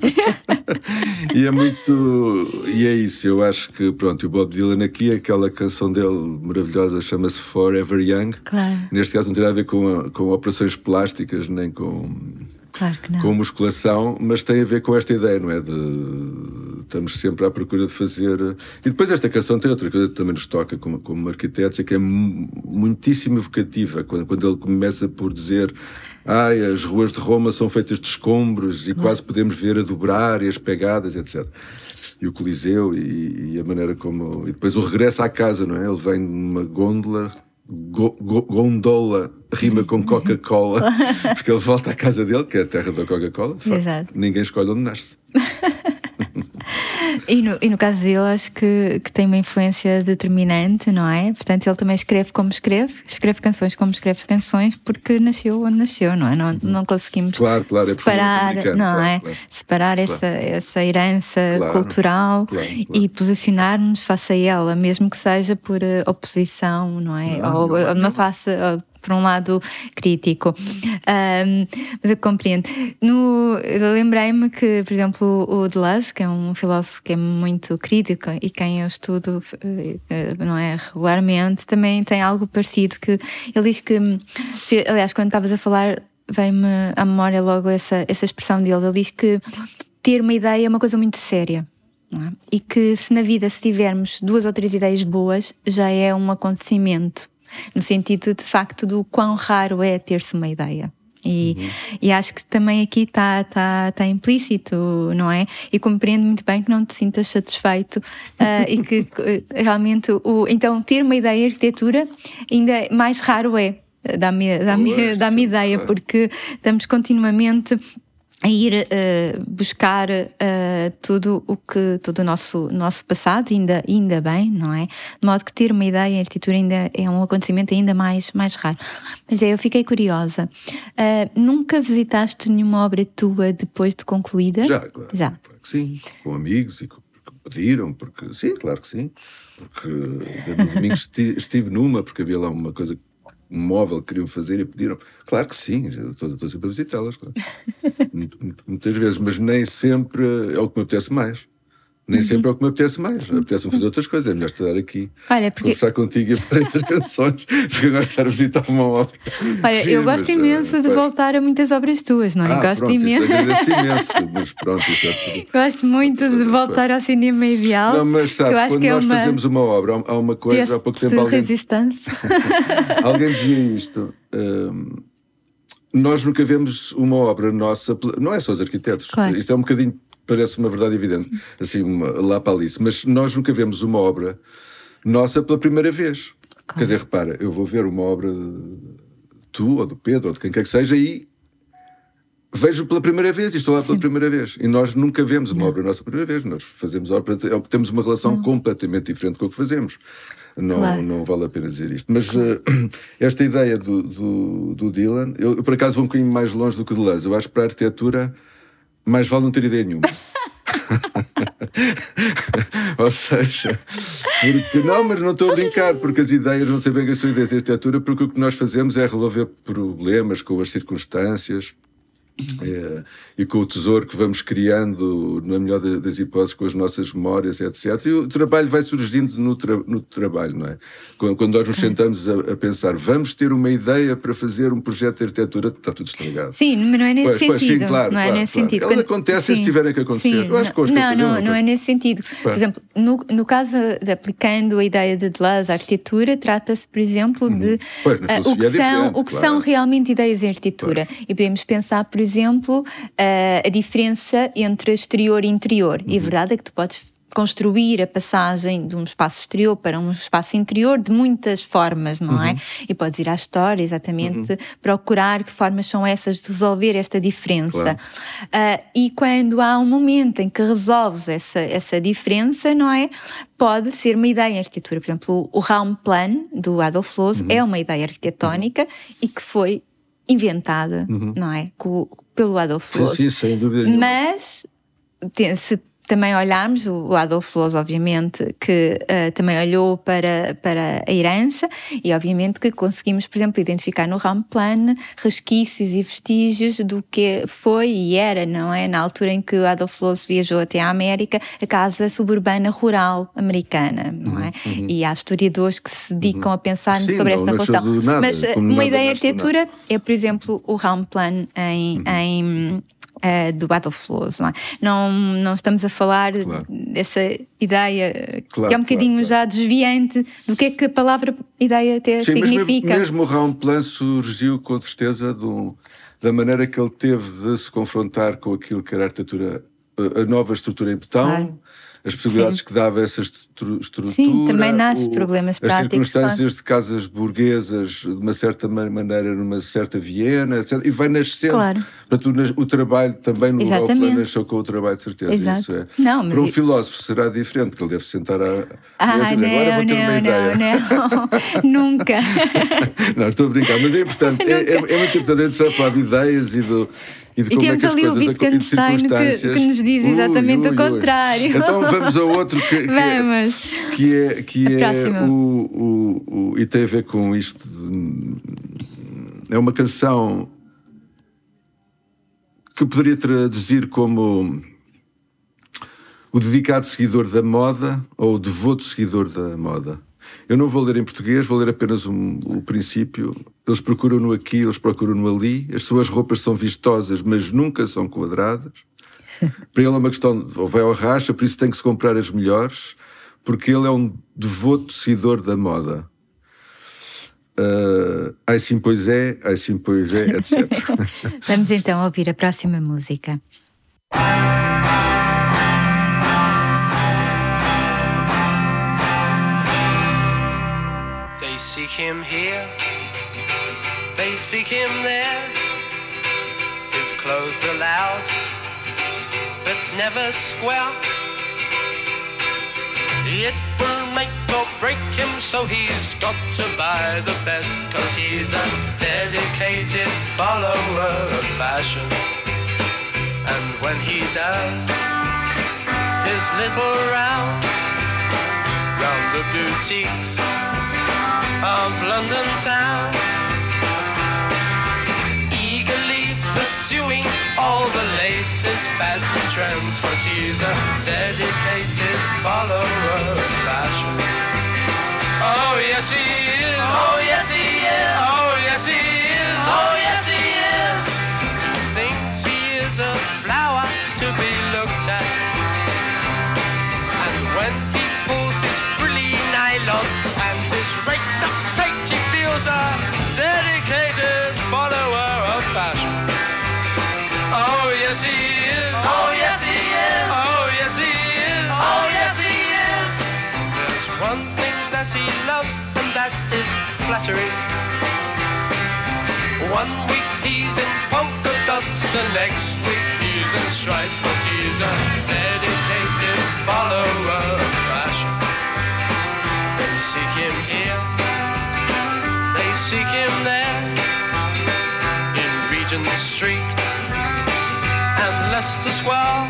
E é isso. Eu acho que, pronto, o Bob Dylan aqui, aquela canção dele maravilhosa, chama-se Forever Young. Claro. Neste caso não tem nada a ver com operações plásticas, nem com... Claro que não. Com musculação, mas tem a ver com esta ideia, não é? Estamos sempre à procura de fazer... E depois esta canção tem outra coisa que também nos toca como arquitetos, é que é muitíssimo evocativa, quando ele começa por dizer: as ruas de Roma são feitas de escombros e quase podemos ver a dobrar e as pegadas, etc. E o Coliseu e a maneira como... E depois o regresso à casa, não é? Ele vem numa gondola... Gondola rima com Coca-Cola, porque ele volta à casa dele, que é a terra da Coca-Cola, de facto. Exato. Ninguém escolhe onde nasce. E no caso dele, acho que tem uma influência determinante, não é? Portanto, ele também escreve como escreve canções como escreve canções, porque nasceu onde nasceu, não é? Não conseguimos separar, não é? Separar essa herança cultural e posicionar-nos face a ela, mesmo que seja por oposição, não é? Ou uma face... por um lado crítico. Mas eu compreendo. Eu lembrei-me que, por exemplo, o Deleuze, que é um filósofo que é muito crítico e quem eu estudo, não é, regularmente, também tem algo parecido, que ele diz que, aliás, quando estavas a falar, veio-me à memória logo essa expressão dele. Ele diz que ter uma ideia é uma coisa muito séria. Não é? E que se na vida se tivermos 2 ou 3 ideias boas, já é um acontecimento. No sentido, de facto, do quão raro é ter-se uma ideia. E acho que também aqui está implícito, não é? E compreendo muito bem que não te sintas satisfeito e que realmente... Então, ter uma ideia em arquitetura ainda mais raro é. Dá-me ideia, porque estamos continuamente... a ir buscar todo o nosso passado, ainda bem, não é? De modo que ter uma ideia em arquitetura ainda é um acontecimento ainda mais raro. Mas eu fiquei curiosa. Nunca visitaste nenhuma obra tua depois de concluída? Já, claro. Já. Claro que sim, com amigos e Pediram, porque sim, claro que sim. Porque no domingo estive numa, porque havia lá uma coisa, um móvel que queriam fazer e pediram. Claro que sim, estou sempre a visitá-las, claro. Muitas vezes, mas nem sempre é o que me apetece mais. Nem sempre é o que me apetece mais. Apetece-me fazer outras coisas. É melhor estar aqui, Olha, porque... conversar contigo e para estas canções, porque agora estar a visitar uma obra. Olha, eu gosto imenso de voltar a muitas obras tuas, não é? Gosto pronto, imenso. Isso agradeço imenso, mas pronto, isso é tudo. Gosto muito de voltar ao cinema ideal. Não, mas sabes, quando nós fazemos uma obra, há uma coisa, há pouco tempo alguém dizia isto. Nós nunca vemos uma obra nossa, não é só os arquitetos, claro. Isto é um bocadinho, parece uma verdade evidente, assim, lá para Alice, mas nós nunca vemos uma obra nossa pela primeira vez. Claro. Quer dizer, repara, eu vou ver uma obra tu, ou do Pedro, ou de quem quer que seja, e vejo pela primeira vez, e estou lá pela primeira vez. E nós nunca vemos uma obra nossa pela primeira vez. Nós fazemos obra, temos uma relação completamente diferente com o que fazemos. Não vale a pena dizer isto. Mas esta ideia do Dylan, eu por acaso vou um bocadinho mais longe do que o Deleuze. Eu acho que para a arquitetura mais vale não ter ideia nenhuma. Ou seja, porque mas não estou a brincar, porque as ideias não sei bem que são ideias de arquitetura, porque o que nós fazemos é resolver problemas com as circunstâncias. E com o tesouro que vamos criando, na melhor das hipóteses, com as nossas memórias, etc. E o trabalho vai surgindo no trabalho, não é? Quando nós nos sentamos a pensar, vamos ter uma ideia para fazer um projeto de arquitetura, está tudo estragado. Sim, mas não é nesse sentido. Sim, claro, não é nesse sentido. Elas acontecem se tiverem que acontecer. Sim, eu acho que não é nesse sentido. Por exemplo, no caso de aplicando a ideia de Deleuze à arquitetura, trata-se, por exemplo, de o que são realmente ideias em arquitetura. E podemos pensar, por exemplo, a diferença entre exterior e interior. E a verdade é que tu podes construir a passagem de um espaço exterior para um espaço interior de muitas formas, não é? E podes ir à história, exatamente, procurar que formas são essas de resolver esta diferença. Claro. E quando há um momento em que resolves essa diferença, não é? Pode ser uma ideia em arquitetura. Por exemplo, o Raumplan, do Adolf Loos, é uma ideia arquitetónica e que foi inventada, não é? Pelo Adolf Loos. Sim, sem dúvida nenhuma. Mas, se também olharmos, o Adolf Loos, obviamente, que também olhou para a herança e, obviamente, que conseguimos, por exemplo, identificar no Raumplan resquícios e vestígios do que foi e era, não é? Na altura em que o Adolf Loos viajou até à América, a casa suburbana rural americana, não é? E há historiadores que se dedicam a pensar sobre essa relação. Mas uma ideia de arquitetura é, por exemplo, o Raumplan do Adolf Loos, não é? Não estamos a falar dessa ideia que é um bocadinho já desviante do que é que a palavra ideia até significa. Mas mesmo o Raumplan surgiu com certeza da maneira que ele teve de se confrontar com aquilo que era a arquitetura, a nova estrutura em betão, as possibilidades que dava essa estrutura. Sim, também nasce problemas práticos. As circunstâncias de casas burguesas, de uma certa maneira, numa certa Viena, etc. E vai nascendo. Claro. Portanto, o trabalho também no Raumplan nasceu com o trabalho, de certeza. Exato. Isso é. Não, para um filósofo será diferente, porque ele deve sentar agora vou ter uma ideia. Não, nunca. Não, estou a brincar, mas é importante. É muito importante a gente falar de ideias e temos é ali o Wittgenstein que nos diz exatamente o contrário. Então vamos ao outro que é e tem a ver com isto. É uma canção que eu poderia traduzir como o dedicado seguidor da moda ou o devoto seguidor da moda. Eu não vou ler em português, vou ler apenas o princípio. Eles procuram-no aqui, eles procuram-no ali. As suas roupas são vistosas, mas nunca são quadradas. Para ele é uma questão, ou vai ao racha, por isso tem que se comprar as melhores, porque ele é um devoto seguidor da moda. Ai sim, pois é, etc. Vamos então ouvir a próxima música. They seek him here, they seek him there. His clothes are loud, but never square. It will make or break him, so he's got to buy the best, 'cause he's a dedicated follower of fashion. And when he does, his little rounds round the boutiques of London town, eagerly pursuing all the latest fads and trends, 'cause he's a dedicated follower of fashion. Oh yes he is, oh yes he is, oh yes he is, oh yes he is. He thinks he is a flower to be looked at, and when he pulls his frilly nylon and his raked up tight, he feels a dedicated follower of fashion. Oh yes he is, oh yes he is, oh yes he is, oh yes he is. There's one thing that he loves, and that is flattery. One week he's in polka dots, and next week he's in stripes, 'cause he's a dedicated follower of fashion. They seek him here, they seek him there, in Regent Street and Leicester Square.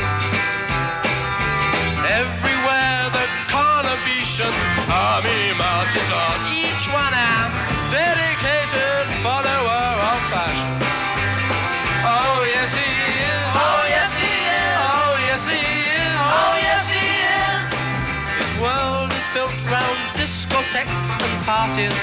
Everywhere the Carnation army marches on, each one a dedicated follower of fashion. Oh yes he is, oh yes he is, oh yes he is, oh yes he is. His world is built round discotheques and parties.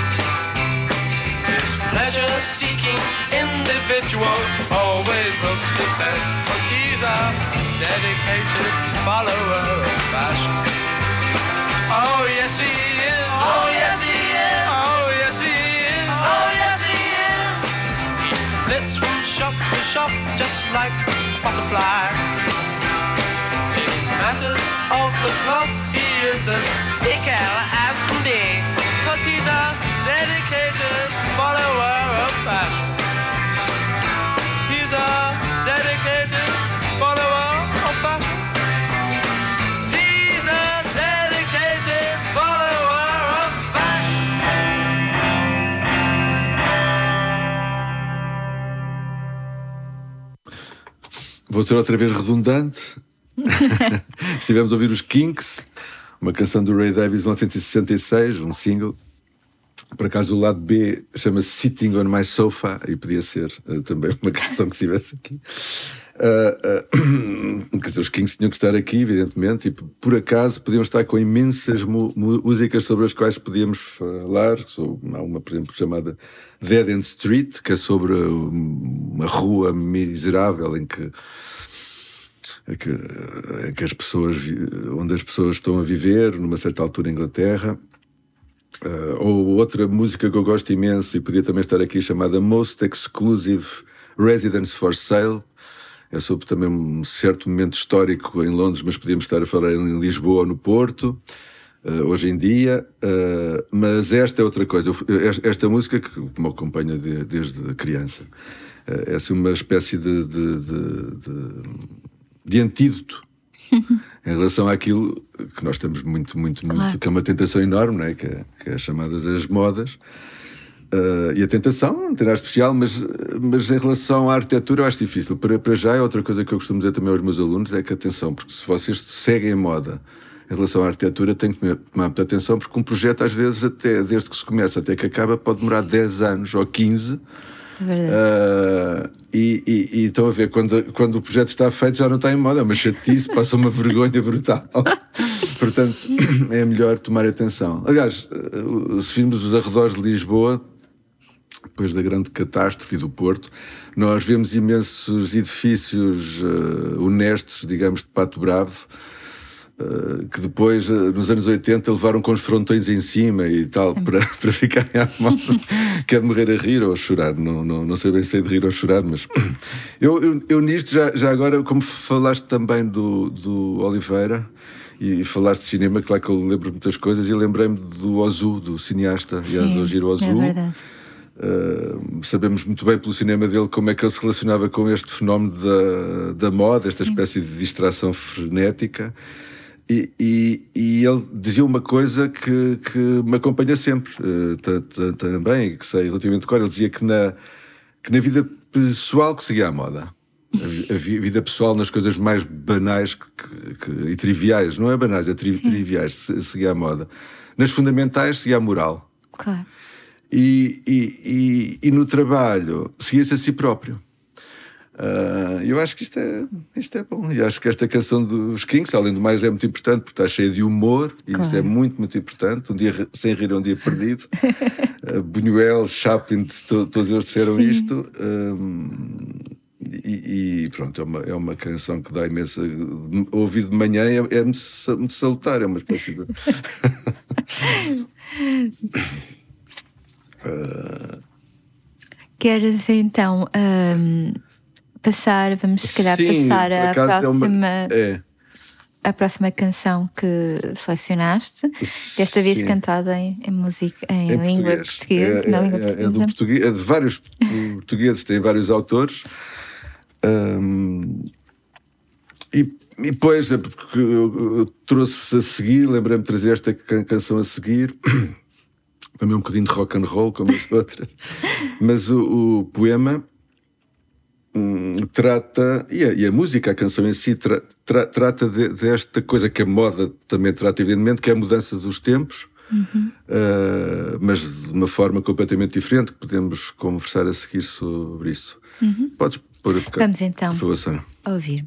His pleasure-seeking individual always looks his best, 'cause he's a dedicated follower of fashion. Oh yes he is, oh yes he is, oh yes he is, oh yes he is. He flits from shop to shop just like a butterfly. In matters of the cloth he is as fickle as can be, 'cause he's a dedicated follower of fashion. He's a dedicated follower of fashion. He's a dedicated follower of fashion. Vou ser outra vez redundante. Estivemos a ouvir os Kinks, uma canção do Ray Davies de 1966, um single. Por acaso o lado B chama-se Sitting on My Sofa, e podia ser também uma canção que estivesse aqui. Quer dizer, os Kings tinham que estar aqui, evidentemente, e por acaso podiam estar com imensas músicas sobre as quais podíamos falar. Há uma, por exemplo, chamada Dead End Street, que é sobre uma rua miserável em que as pessoas, onde as pessoas estão a viver, numa certa altura em Inglaterra. Ou outra música que eu gosto imenso, e podia também estar aqui, chamada Most Exclusive Residence for Sale. É sobre também um certo momento histórico em Londres, mas podíamos estar a falar em Lisboa ou no Porto, hoje em dia. Mas esta é outra coisa. Esta música que me acompanha desde criança. É assim uma espécie de antídoto em relação àquilo que nós temos muito, claro, que é uma tentação enorme, não é? Que é chamadas as modas. E a tentação não tem nada especial, mas em relação à arquitetura eu acho difícil. Para já é outra coisa que eu costumo dizer também aos meus alunos, é que atenção, porque se vocês seguem a moda em relação à arquitetura, têm que tomar muita atenção, porque um projeto às vezes, até desde que se começa até que acaba, pode demorar 10 anos ou 15. É verdade. E estão a ver, quando o projeto está feito já não está em moda, é uma chatice, passa uma vergonha brutal. Portanto, é melhor tomar atenção. Aliás, se vimos os arredores de Lisboa, depois da grande catástrofe do Porto, nós vemos imensos edifícios honestos, digamos, de pato bravo, que depois, nos anos 80, levaram com os frontões em cima e tal, para ficarem à moda. Quer de morrer a rir ou a chorar, não sei bem se é de rir ou chorar, mas eu nisto, já agora, como falaste também do Oliveira, e falaste de cinema, claro que eu lembro de muitas coisas, e lembrei-me do Ozu, do cineasta, e às hoje o Ozu. É verdade. Sabemos muito bem pelo cinema dele como é que ele se relacionava com este fenómeno da moda, esta espécie de distração frenética, e ele dizia uma coisa que me acompanha sempre, também, que sei relativamente claro. Ele dizia que na vida pessoal que seguia a moda, a vida pessoal nas coisas mais banais e triviais. Não é banais, é triviais, seguia a moda. Nas fundamentais, seguia a moral. Claro. E no trabalho, seguia-se a si próprio. Eu acho que isto é bom. E acho que esta canção dos Kinks, além do mais, é muito importante porque está cheia de humor. E claro. Isto é muito, muito importante. Um dia sem rir é um dia perdido. Buñuel, Chaplin, todos eles disseram isto. E pronto, é uma canção que dá imensa... Ouvir de manhã é muito salutar, é uma espécie de... Queres então passar, vamos se calhar passar a próxima canção que selecionaste, desta vez cantada em música, em língua portuguesa, na língua portuguesa. É de vários portugueses, tem vários autores. E depois, porque eu trouxe a seguir, lembrei-me de trazer esta canção a seguir, também um bocadinho de rock and roll, como as outras, mas o poema trata, e a música, a canção em si, trata desta coisa que a moda também trata, evidentemente, que é a mudança dos tempos, mas de uma forma completamente diferente, que podemos conversar a seguir sobre isso. Podes pôr a tocar. Vamos então, por favor, Sara, ouvir.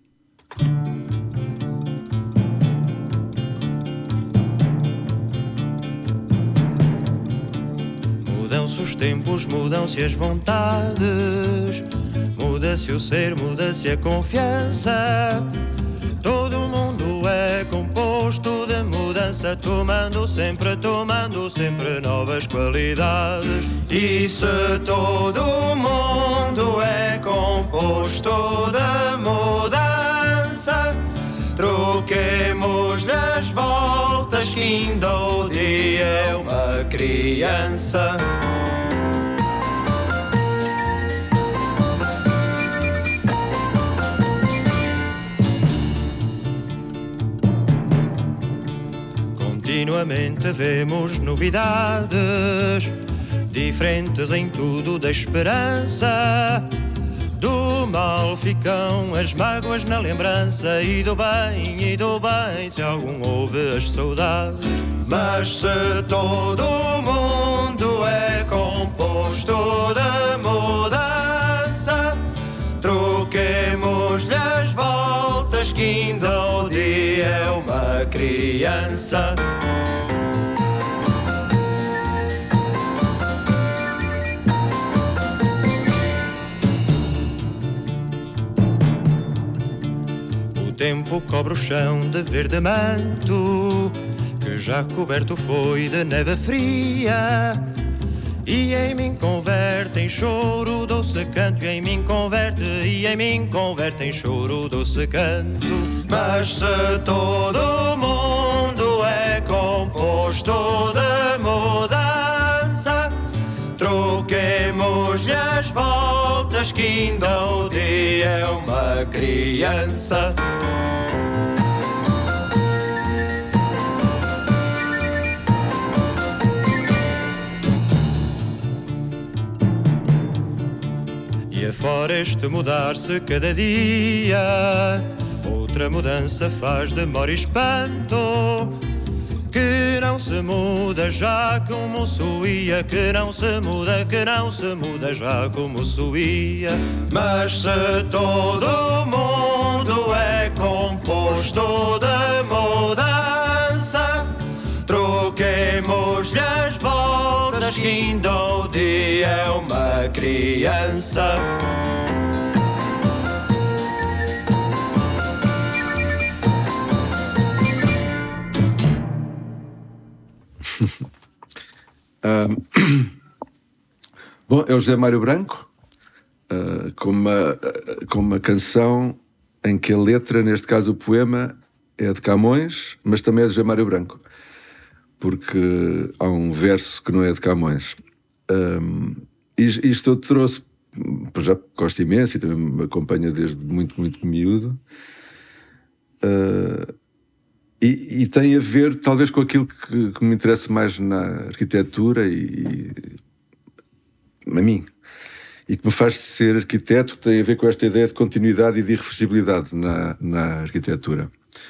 Mudam-se os tempos, mudam-se as vontades, muda-se o ser, muda-se a confiança. Todo mundo é composto de mudança, tomando sempre novas qualidades. E se todo mundo é composto de mudança, troquemos-lhe as voltas, que ainda o dia é uma criança. Continuamente vemos novidades, diferentes em tudo da esperança. Do mal ficam as mágoas na lembrança, e do bem, se algum houve as saudades. Mas se todo mundo é composto de mudança, troquemos-lhe as voltas, que ainda o dia é uma criança. O tempo cobre o chão de verde manto, que já coberto foi de neve fria, e em mim converte em choro doce canto, e em mim converte em choro doce canto. Mas se todo mundo é composto de mudança, troquemos-lhe as voltas, que ainda o dia é uma criança. E afora este mudar-se cada dia, outra mudança faz demora e espanto, que não se muda já como suía, que não se muda já como suía. Mas se todo mundo é composto de mudança, troquemos-lhe as voltas, que ainda o dia é uma criança. Bom, é o José Mário Branco, com uma canção em que a letra, neste caso o poema, é de Camões, mas também é de José Mário Branco, porque há um verso que não é de Camões. Isto eu trouxe, já gosto imenso e também me acompanha desde muito, muito miúdo. E tem a ver, talvez, com aquilo que me interessa mais na arquitetura e a mim. e que me faz ser arquiteto, que tem a ver com esta ideia de continuidade e de irreversibilidade na arquitetura.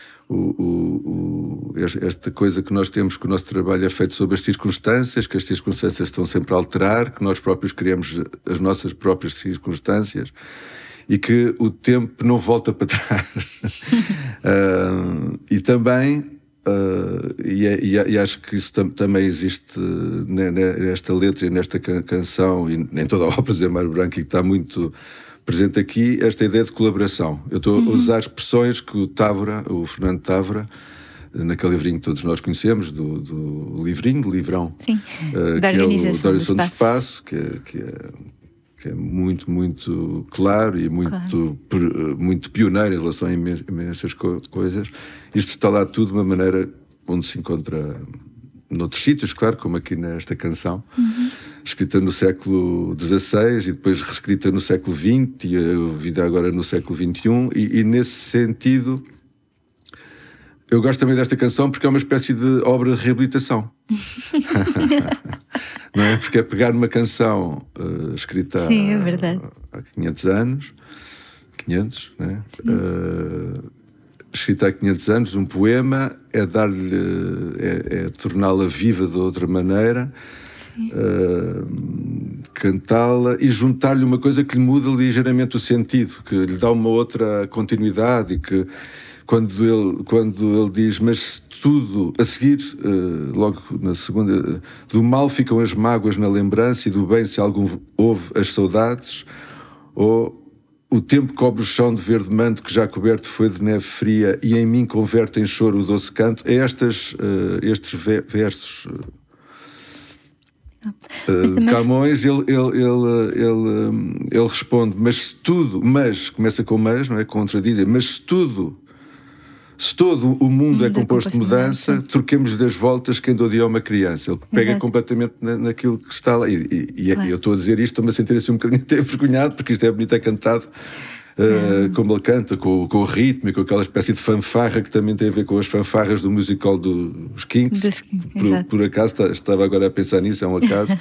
Esta coisa que nós temos, que o nosso trabalho é feito sobre as circunstâncias, que as circunstâncias estão sempre a alterar, que nós próprios criamos as nossas próprias circunstâncias e que o tempo não volta para trás. E também, e acho que isso também existe nesta letra e nesta canção e em toda a ópera de Zé Mário Branco, e que está muito presente aqui, esta ideia de colaboração. Eu estou a usar expressões que o Fernando Távora, naquele livrinho que todos nós conhecemos, do livrão, Sim, que é o da Organização do Espaço, que é muito, muito claro e muito pioneiro em relação a imensas coisas. Isto está lá tudo de uma maneira onde se encontra noutros sítios, claro, como aqui nesta canção, escrita no século XVI e depois reescrita no século XX e a vida agora no século XXI, e nesse sentido eu gosto também desta canção porque é uma espécie de obra de reabilitação. Não é? Porque é pegar uma canção escrita há 500 anos, 500, não é? Escrita há 500 anos, um poema, é dar-lhe, é torná-la viva de outra maneira, cantá-la e juntar-lhe uma coisa que lhe muda ligeiramente o sentido, que lhe dá uma outra continuidade, e que quando ele diz, mas tudo, a seguir, logo na segunda, do mal ficam as mágoas na lembrança e do bem se algum houve as saudades, ou o tempo cobre o chão de verde manto que já coberto foi de neve fria e em mim converte em choro o doce canto. É estes versos de Camões, ele responde, mas se tudo, mas, começa com mas, não é? Contradizem, mas se todo o mundo é composto de mudança, troquemos das voltas quem do dia é uma criança. Ele pega completamente naquilo que está lá. E eu estou a dizer isto, estou-me a sentir assim um bocadinho até envergonhado, porque isto é bonito, é cantado como ele canta, com o ritmo e com aquela espécie de fanfarra que também tem a ver com as fanfarras do musical dos Kinks. Por acaso, estava agora a pensar nisso, é um acaso.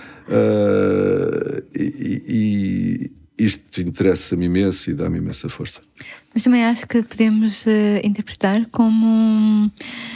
E isto interessa-me imenso e dá-me imensa força. Mas também acho que podemos interpretar como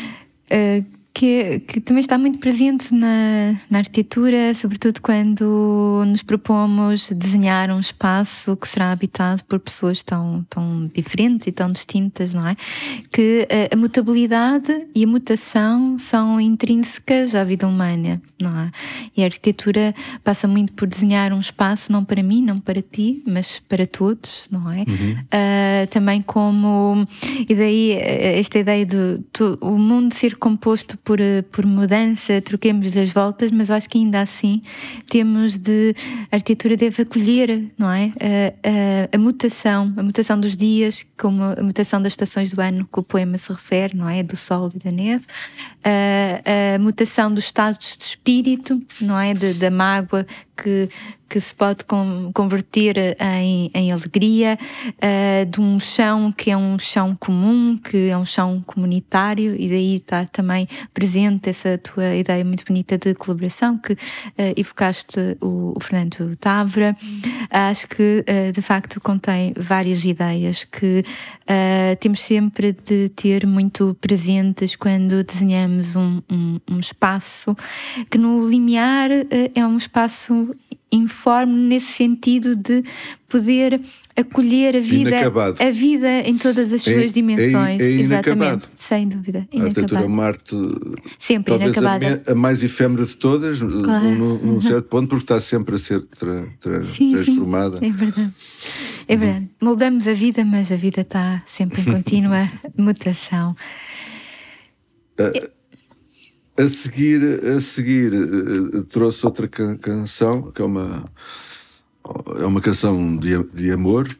que também está muito presente na arquitetura, sobretudo quando nos propomos desenhar um espaço que será habitado por pessoas tão diferentes e tão distintas, não é? Que a mutabilidade e a mutação são intrínsecas à vida humana, não é? E a arquitetura passa muito por desenhar um espaço não para mim, não para ti, mas para todos, não é? Também como... E daí esta ideia de o mundo ser composto por mudança, troquemos as voltas, mas eu acho que ainda assim a arquitetura deve acolher, não é? A mutação dos dias, como a mutação das estações do ano que o poema se refere, não é? Do sol e da neve, a mutação dos estados de espírito, não é? Da mágoa que se pode converter em alegria, de um chão que é um chão comum, que é um chão comunitário, e daí está também presente essa tua ideia muito bonita de colaboração que evocaste o Fernando Távora. Acho que de facto contém várias ideias que temos sempre de ter muito presentes quando desenhamos um espaço que no limiar é um espaço informe nesse sentido de poder acolher a vida em todas as suas dimensões. Exatamente, sem dúvida. A arquitetura é uma arte sempre talvez inacabada. A mais efêmera de todas, num certo ponto, porque está sempre a ser transformada. Sim, é verdade. É verdade. Moldamos a vida, mas a vida está sempre em contínua mutação. A seguir trouxe outra canção, que é uma canção de amor,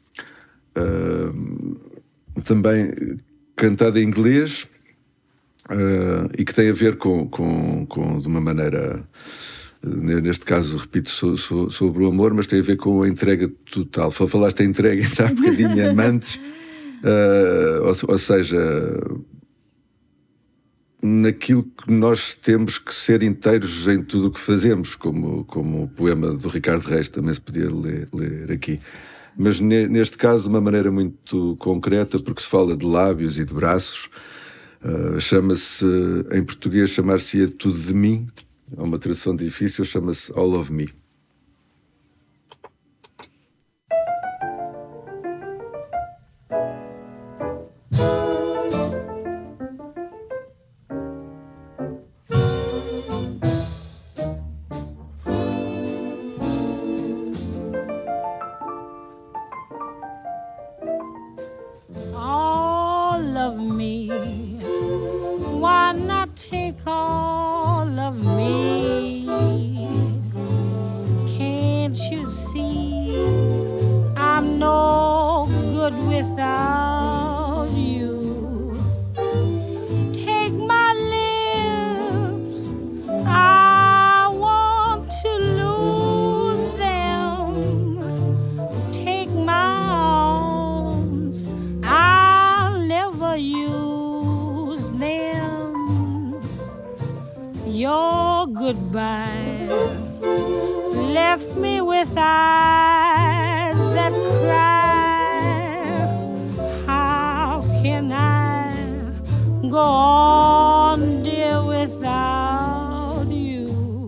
também cantada em inglês, e que tem a ver com de uma maneira, neste caso, repito, sobre o amor, mas tem a ver com a entrega total. Falaste em entrega, está um bocadinho amantes, ou seja... naquilo que nós temos que ser inteiros em tudo o que fazemos, como o poema do Ricardo Reis também se podia ler aqui. Mas neste caso de uma maneira muito concreta, porque se fala de lábios e de braços. Chama-se, em português, chamar-se-ia Tudo de Mim. É uma tradução difícil, chama-se All of Me. All of me, why not take all of me? Can't you see I'm no good without you? Take my lips, I want to lose them. Take my arms, I'll never use them. Your goodbye left me with eyes that cry. How can I go on, dear, without you?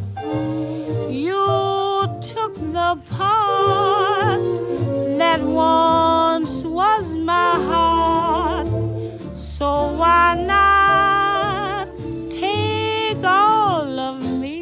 You took the part that once was my heart, so why not take all of me?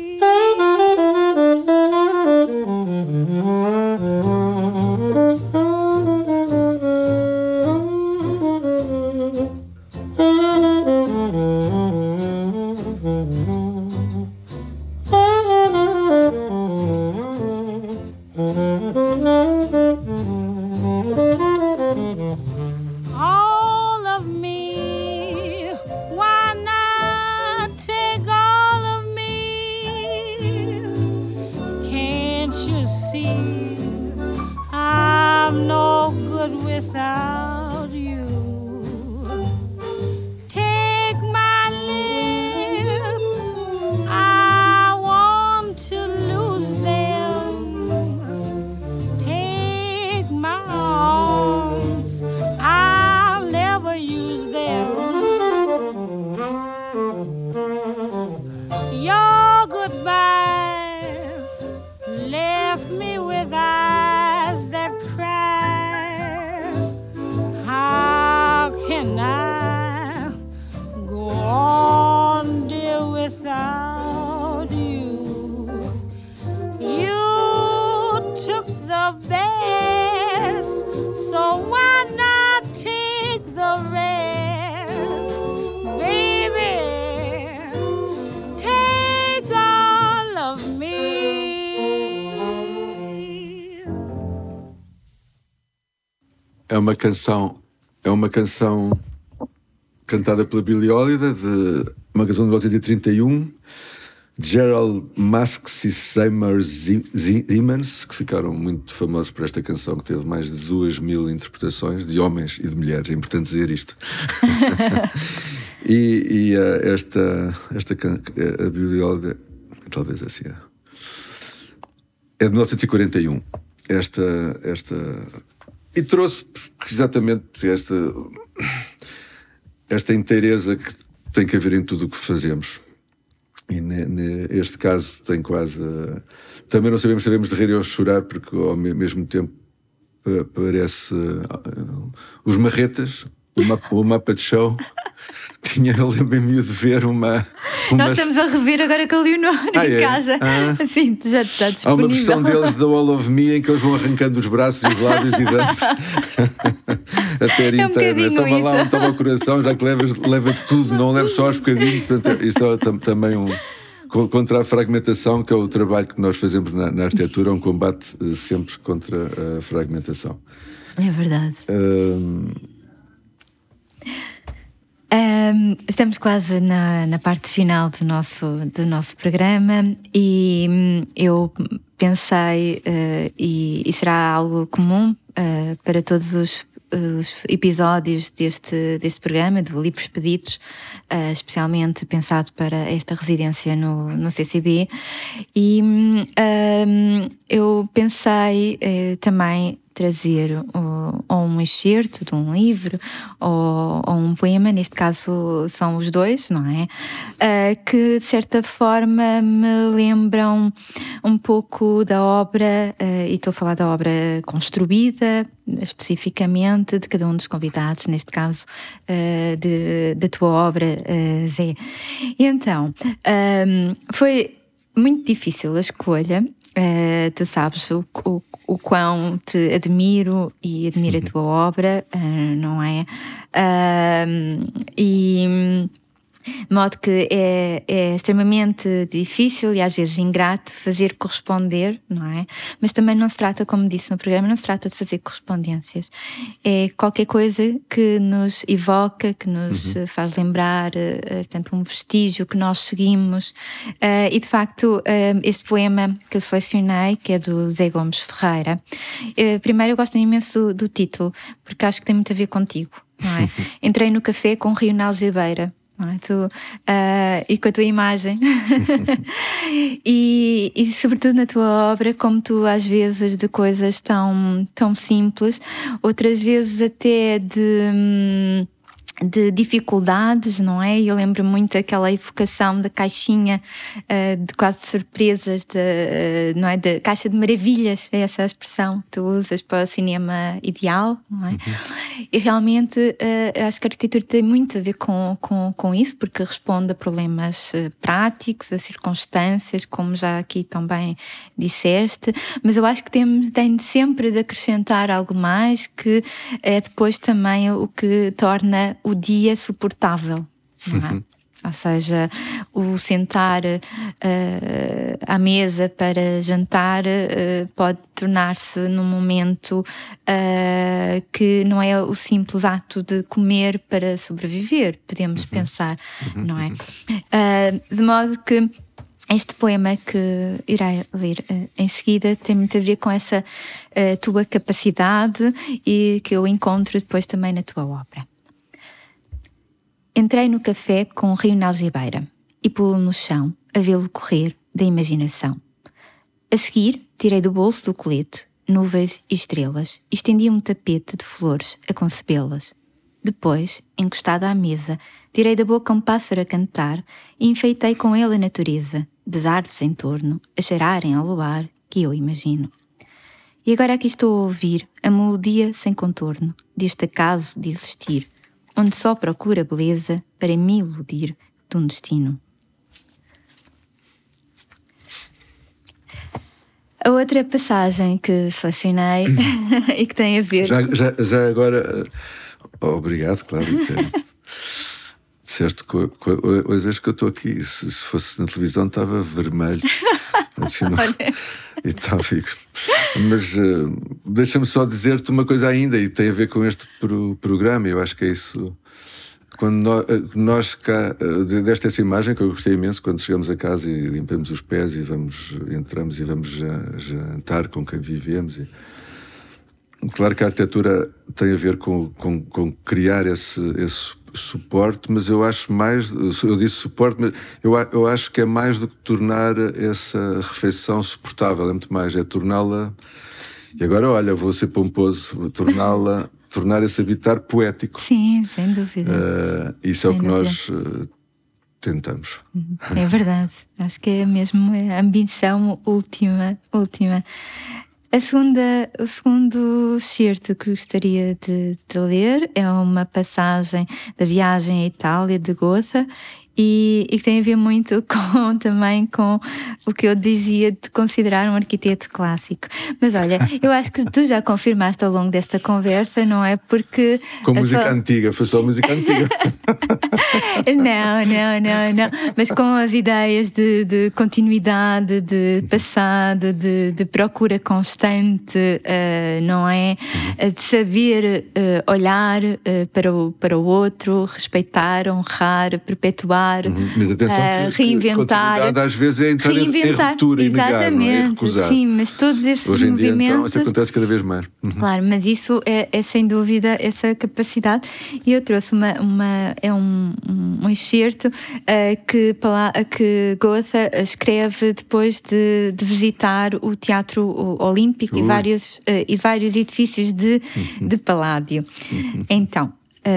All of me, why not take all of me? Can't you see I'm no good without you? Take my lips, I want to lose them. Take my arms, I'll never use them. Your goodbye left me with eyes that cry. How can I go on, dear, without you? You took the best, so why not take the rest? Baby, take all of me. É uma canção cantada pela Billie Holiday, de uma canção de 1931, de Gerald Masks e Seymour Simmons, que ficaram muito famosos por esta canção, que teve mais de 2.000 interpretações de homens e de mulheres. É importante dizer isto. A Billie Holiday, talvez assim é de 1941. E trouxe exatamente esta inteireza que tem que haver em tudo o que fazemos. E neste caso tem quase... Também não sabemos de rir ou chorar, porque ao mesmo tempo parece... Os Marretas, o mapa de show... Eu lembro-me de ver uma... Nós estamos a rever agora com a Leonor em casa. Sim, já está disponível. Há uma versão deles da All of Me em que eles vão arrancando os braços e os lábios e dando até a inteira. Toma lá onde toma o coração, já que leva tudo, não leva só aos bocadinhos. Portanto, isto é também contra a fragmentação, que é o trabalho que nós fazemos na arquitetura, um combate sempre contra a fragmentação. É verdade. Estamos quase na parte final do nosso programa e eu pensei, e será algo comum para todos os episódios deste programa, do Livros Pedidos, especialmente pensado para esta residência no CCB, e eu pensei também trazer ou um excerto de um livro ou um poema, neste caso são os dois, não é? Que de certa forma me lembram um pouco da obra, e estou a falar da obra construída, especificamente de cada um dos convidados, neste caso da tua obra, Zé. E então, foi muito difícil a escolha. Tu sabes o quão te admiro e admiro a tua obra, não é? De modo que é extremamente difícil e às vezes ingrato fazer corresponder, não é? Mas também não se trata, como disse no programa, não se trata de fazer correspondências. É qualquer coisa que nos evoca, que nos faz lembrar, portanto, um vestígio que nós seguimos. E de facto, este poema que eu selecionei, que é do Zé Gomes Ferreira, primeiro eu gosto imenso do título, porque acho que tem muito a ver contigo, não é? Entrei no café com Rio na Algibeira. E com a tua imagem e sobretudo na tua obra, como tu às vezes de coisas tão simples, outras vezes até de dificuldades, não é? Eu lembro muito daquela evocação da caixinha de quase surpresas, não é? Da caixa de maravilhas, é essa a expressão que tu usas para o cinema ideal, não é? E realmente acho que a arquitetura tem muito a ver com isso, porque responde a problemas práticos, a circunstâncias, como já aqui também disseste, mas eu acho que tem sempre de acrescentar algo mais, que é depois também o que torna o dia suportável, não é? Ou seja, o sentar à mesa para jantar pode tornar-se num momento que não é o simples ato de comer para sobreviver, podemos pensar, não é? De modo que este poema que irei ler em seguida tem muito a ver com essa tua capacidade e que eu encontro depois também na tua obra. Entrei no café com o rio na algibeira e pulo no chão a vê-lo correr da imaginação. A seguir, tirei do bolso do colete nuvens e estrelas e estendi um tapete de flores a concebê-las. Depois, encostada à mesa, tirei da boca um pássaro a cantar e enfeitei com ele a natureza, das árvores em torno, a cheirarem ao luar que eu imagino. E agora aqui estou a ouvir a melodia sem contorno deste acaso de existir, onde só procura beleza para me iludir de um destino. A outra passagem que selecionei e que tem a ver... Já agora... obrigado, claro. Disseste coisas que eu estou aqui. Se fosse na televisão estava vermelho. Assim, não... e tal, fico. Mas deixa-me só dizer-te uma coisa ainda, e tem a ver com este programa. Eu acho que é isso. Quando nós cá, desta essa imagem que eu gostei imenso, quando chegamos a casa e limpamos os pés e entramos e vamos jantar com quem vivemos. Claro que a arquitetura tem a ver com criar esse suporte, mas eu acho mais, eu disse suporte, mas eu acho que é mais do que tornar essa refeição suportável, é muito mais, é torná-la, e agora olha, vou ser pomposo, tornar esse habitar poético. Sim, sem dúvida. Isso é o que nós tentamos. É verdade, acho que é mesmo a ambição última. O segundo excerto que gostaria de ler é uma passagem da viagem à Itália de Goethe e que tem a ver muito também com o que eu dizia de considerar um arquiteto clássico. Mas olha, eu acho que tu já confirmaste ao longo desta conversa, não é? Porque... Com música antiga, foi só música antiga. Não. Mas com as ideias de continuidade, de passado, de procura constante, não é? De saber olhar para o outro, respeitar, honrar, perpetuar, Mas atenção, reinventar. Continuidade às vezes é entrar em ruptura e negar, não é? Recusar. Sim, mas todos esses hoje em dia, movimentos... então, isso acontece cada vez mais. Claro, mas isso é sem dúvida essa capacidade. E eu trouxe um excerto que Goethe escreve depois de visitar o Teatro Olímpico e vários edifícios de Paládio. Então,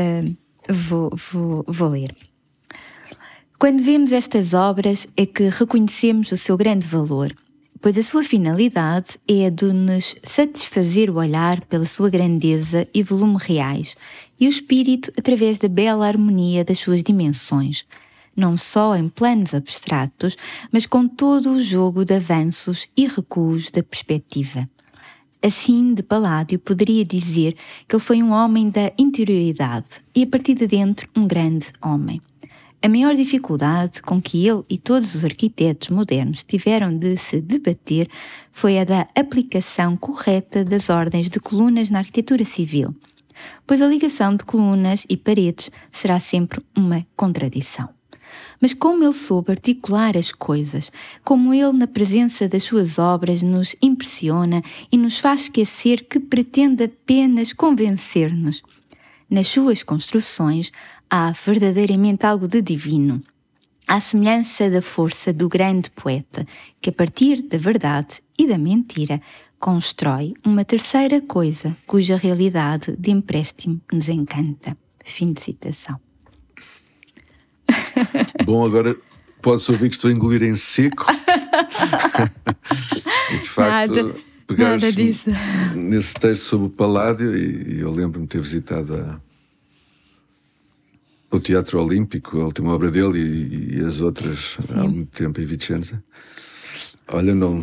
vou ler. Quando vemos estas obras é que reconhecemos o seu grande valor, pois a sua finalidade é a de nos satisfazer o olhar pela sua grandeza e volume reais, e o espírito através da bela harmonia das suas dimensões, não só em planos abstratos, mas com todo o jogo de avanços e recuos da perspectiva. Assim, de Palladio poderia dizer que ele foi um homem da interioridade e, a partir de dentro, um grande homem. A maior dificuldade com que ele e todos os arquitetos modernos tiveram de se debater foi a da aplicação correta das ordens de colunas na arquitetura civil, pois a ligação de colunas e paredes será sempre uma contradição. Mas como ele soube articular as coisas, como ele na presença das suas obras nos impressiona e nos faz esquecer que pretende apenas convencer-nos. Nas suas construções há verdadeiramente algo de divino, à semelhança da força do grande poeta, que a partir da verdade e da mentira constrói uma terceira coisa cuja realidade de empréstimo nos encanta. Fim de citação. Bom, agora pode-se ouvir que estou a engolir em seco. E de facto, pegares nesse texto sobre o Palladio, e eu lembro-me de ter visitado o Teatro Olímpico, a última obra dele, e as outras há muito tempo em Vicenza. Olha, não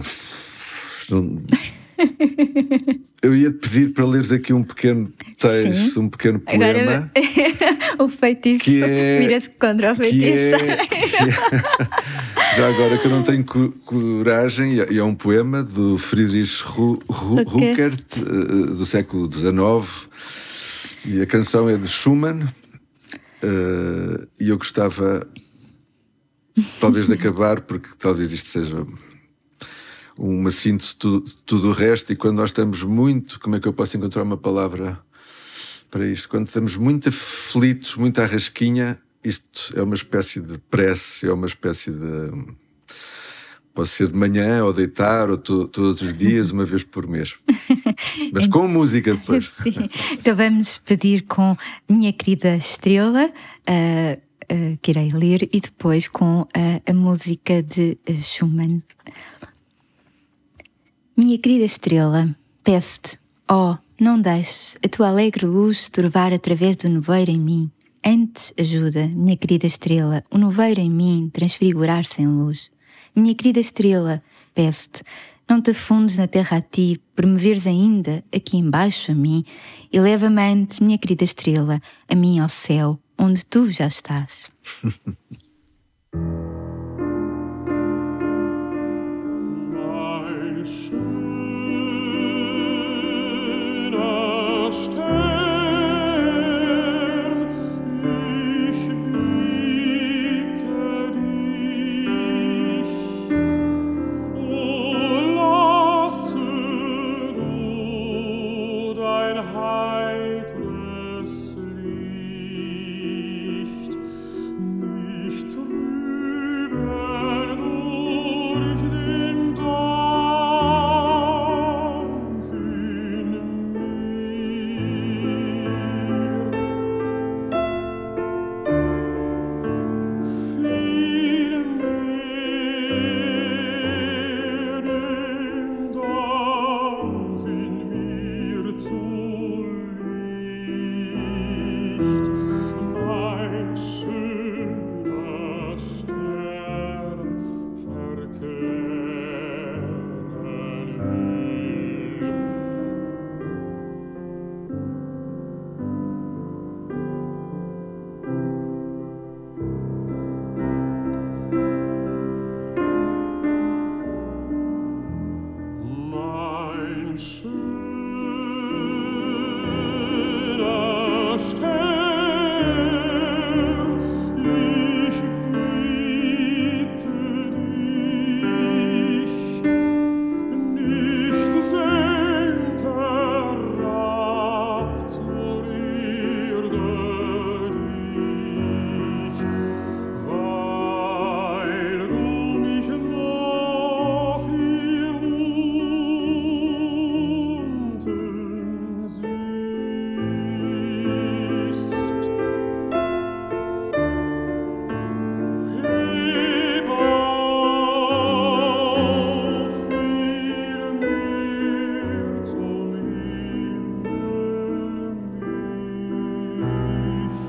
eu ia-te pedir para leres aqui um pequeno texto, um pequeno poema. Agora, o feitiço vira-se contra o feitiço. Já agora que eu não tenho coragem, e é um poema do Friedrich Ruckert, do século XIX, e a canção é de Schumann, e eu gostava talvez de acabar, porque talvez isto seja uma síntese de tudo o resto, e quando nós estamos muito, como é que eu posso encontrar uma palavra para isto? Quando estamos muito aflitos, muito à rasquinha, isto é uma espécie de prece, é uma espécie de... Pode ser de manhã, ou deitar, ou todos os dias, uma vez por mês. Mas com música depois. Sim. Então vamos pedir com Minha Querida Estrela, que irei ler, e depois com a música de Schumann. Minha querida estrela, peço-te, não deixes a tua alegre luz se turvar através do nevoeiro em mim. Antes ajuda, minha querida estrela, o nevoeiro em mim transfigurar-se em luz. Minha querida estrela, peço-te, não te afundes na terra a ti, por me veres ainda aqui embaixo a mim, e leva-me antes, minha querida estrela, a mim ao céu, onde tu já estás. Heiteres Licht, nicht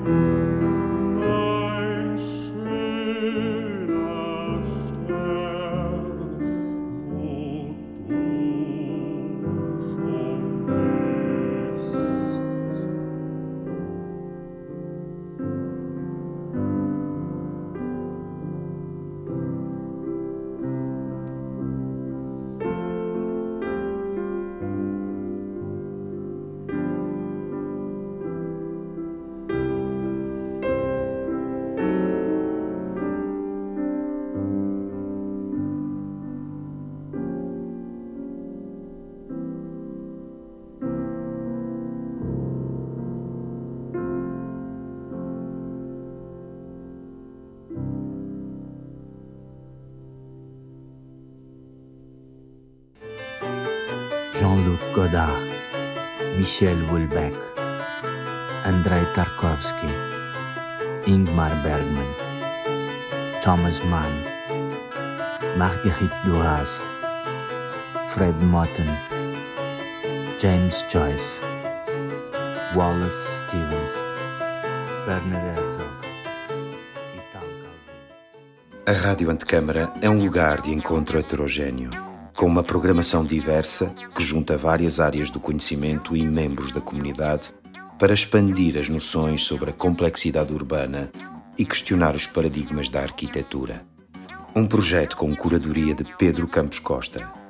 Jean-Luc Godard, Michel Houellebecq, Andrei Tarkovsky, Ingmar Bergman, Thomas Mann, Marguerite Duras, Fred Moten, James Joyce, Wallace Stevens, Werner Herzog e Tal Calvin. A Rádio Antecâmara é um lugar de encontro heterogéneo, com uma programação diversa que junta várias áreas do conhecimento e membros da comunidade para expandir as noções sobre a complexidade urbana e questionar os paradigmas da arquitetura. Um projeto com curadoria de Pedro Campos Costa.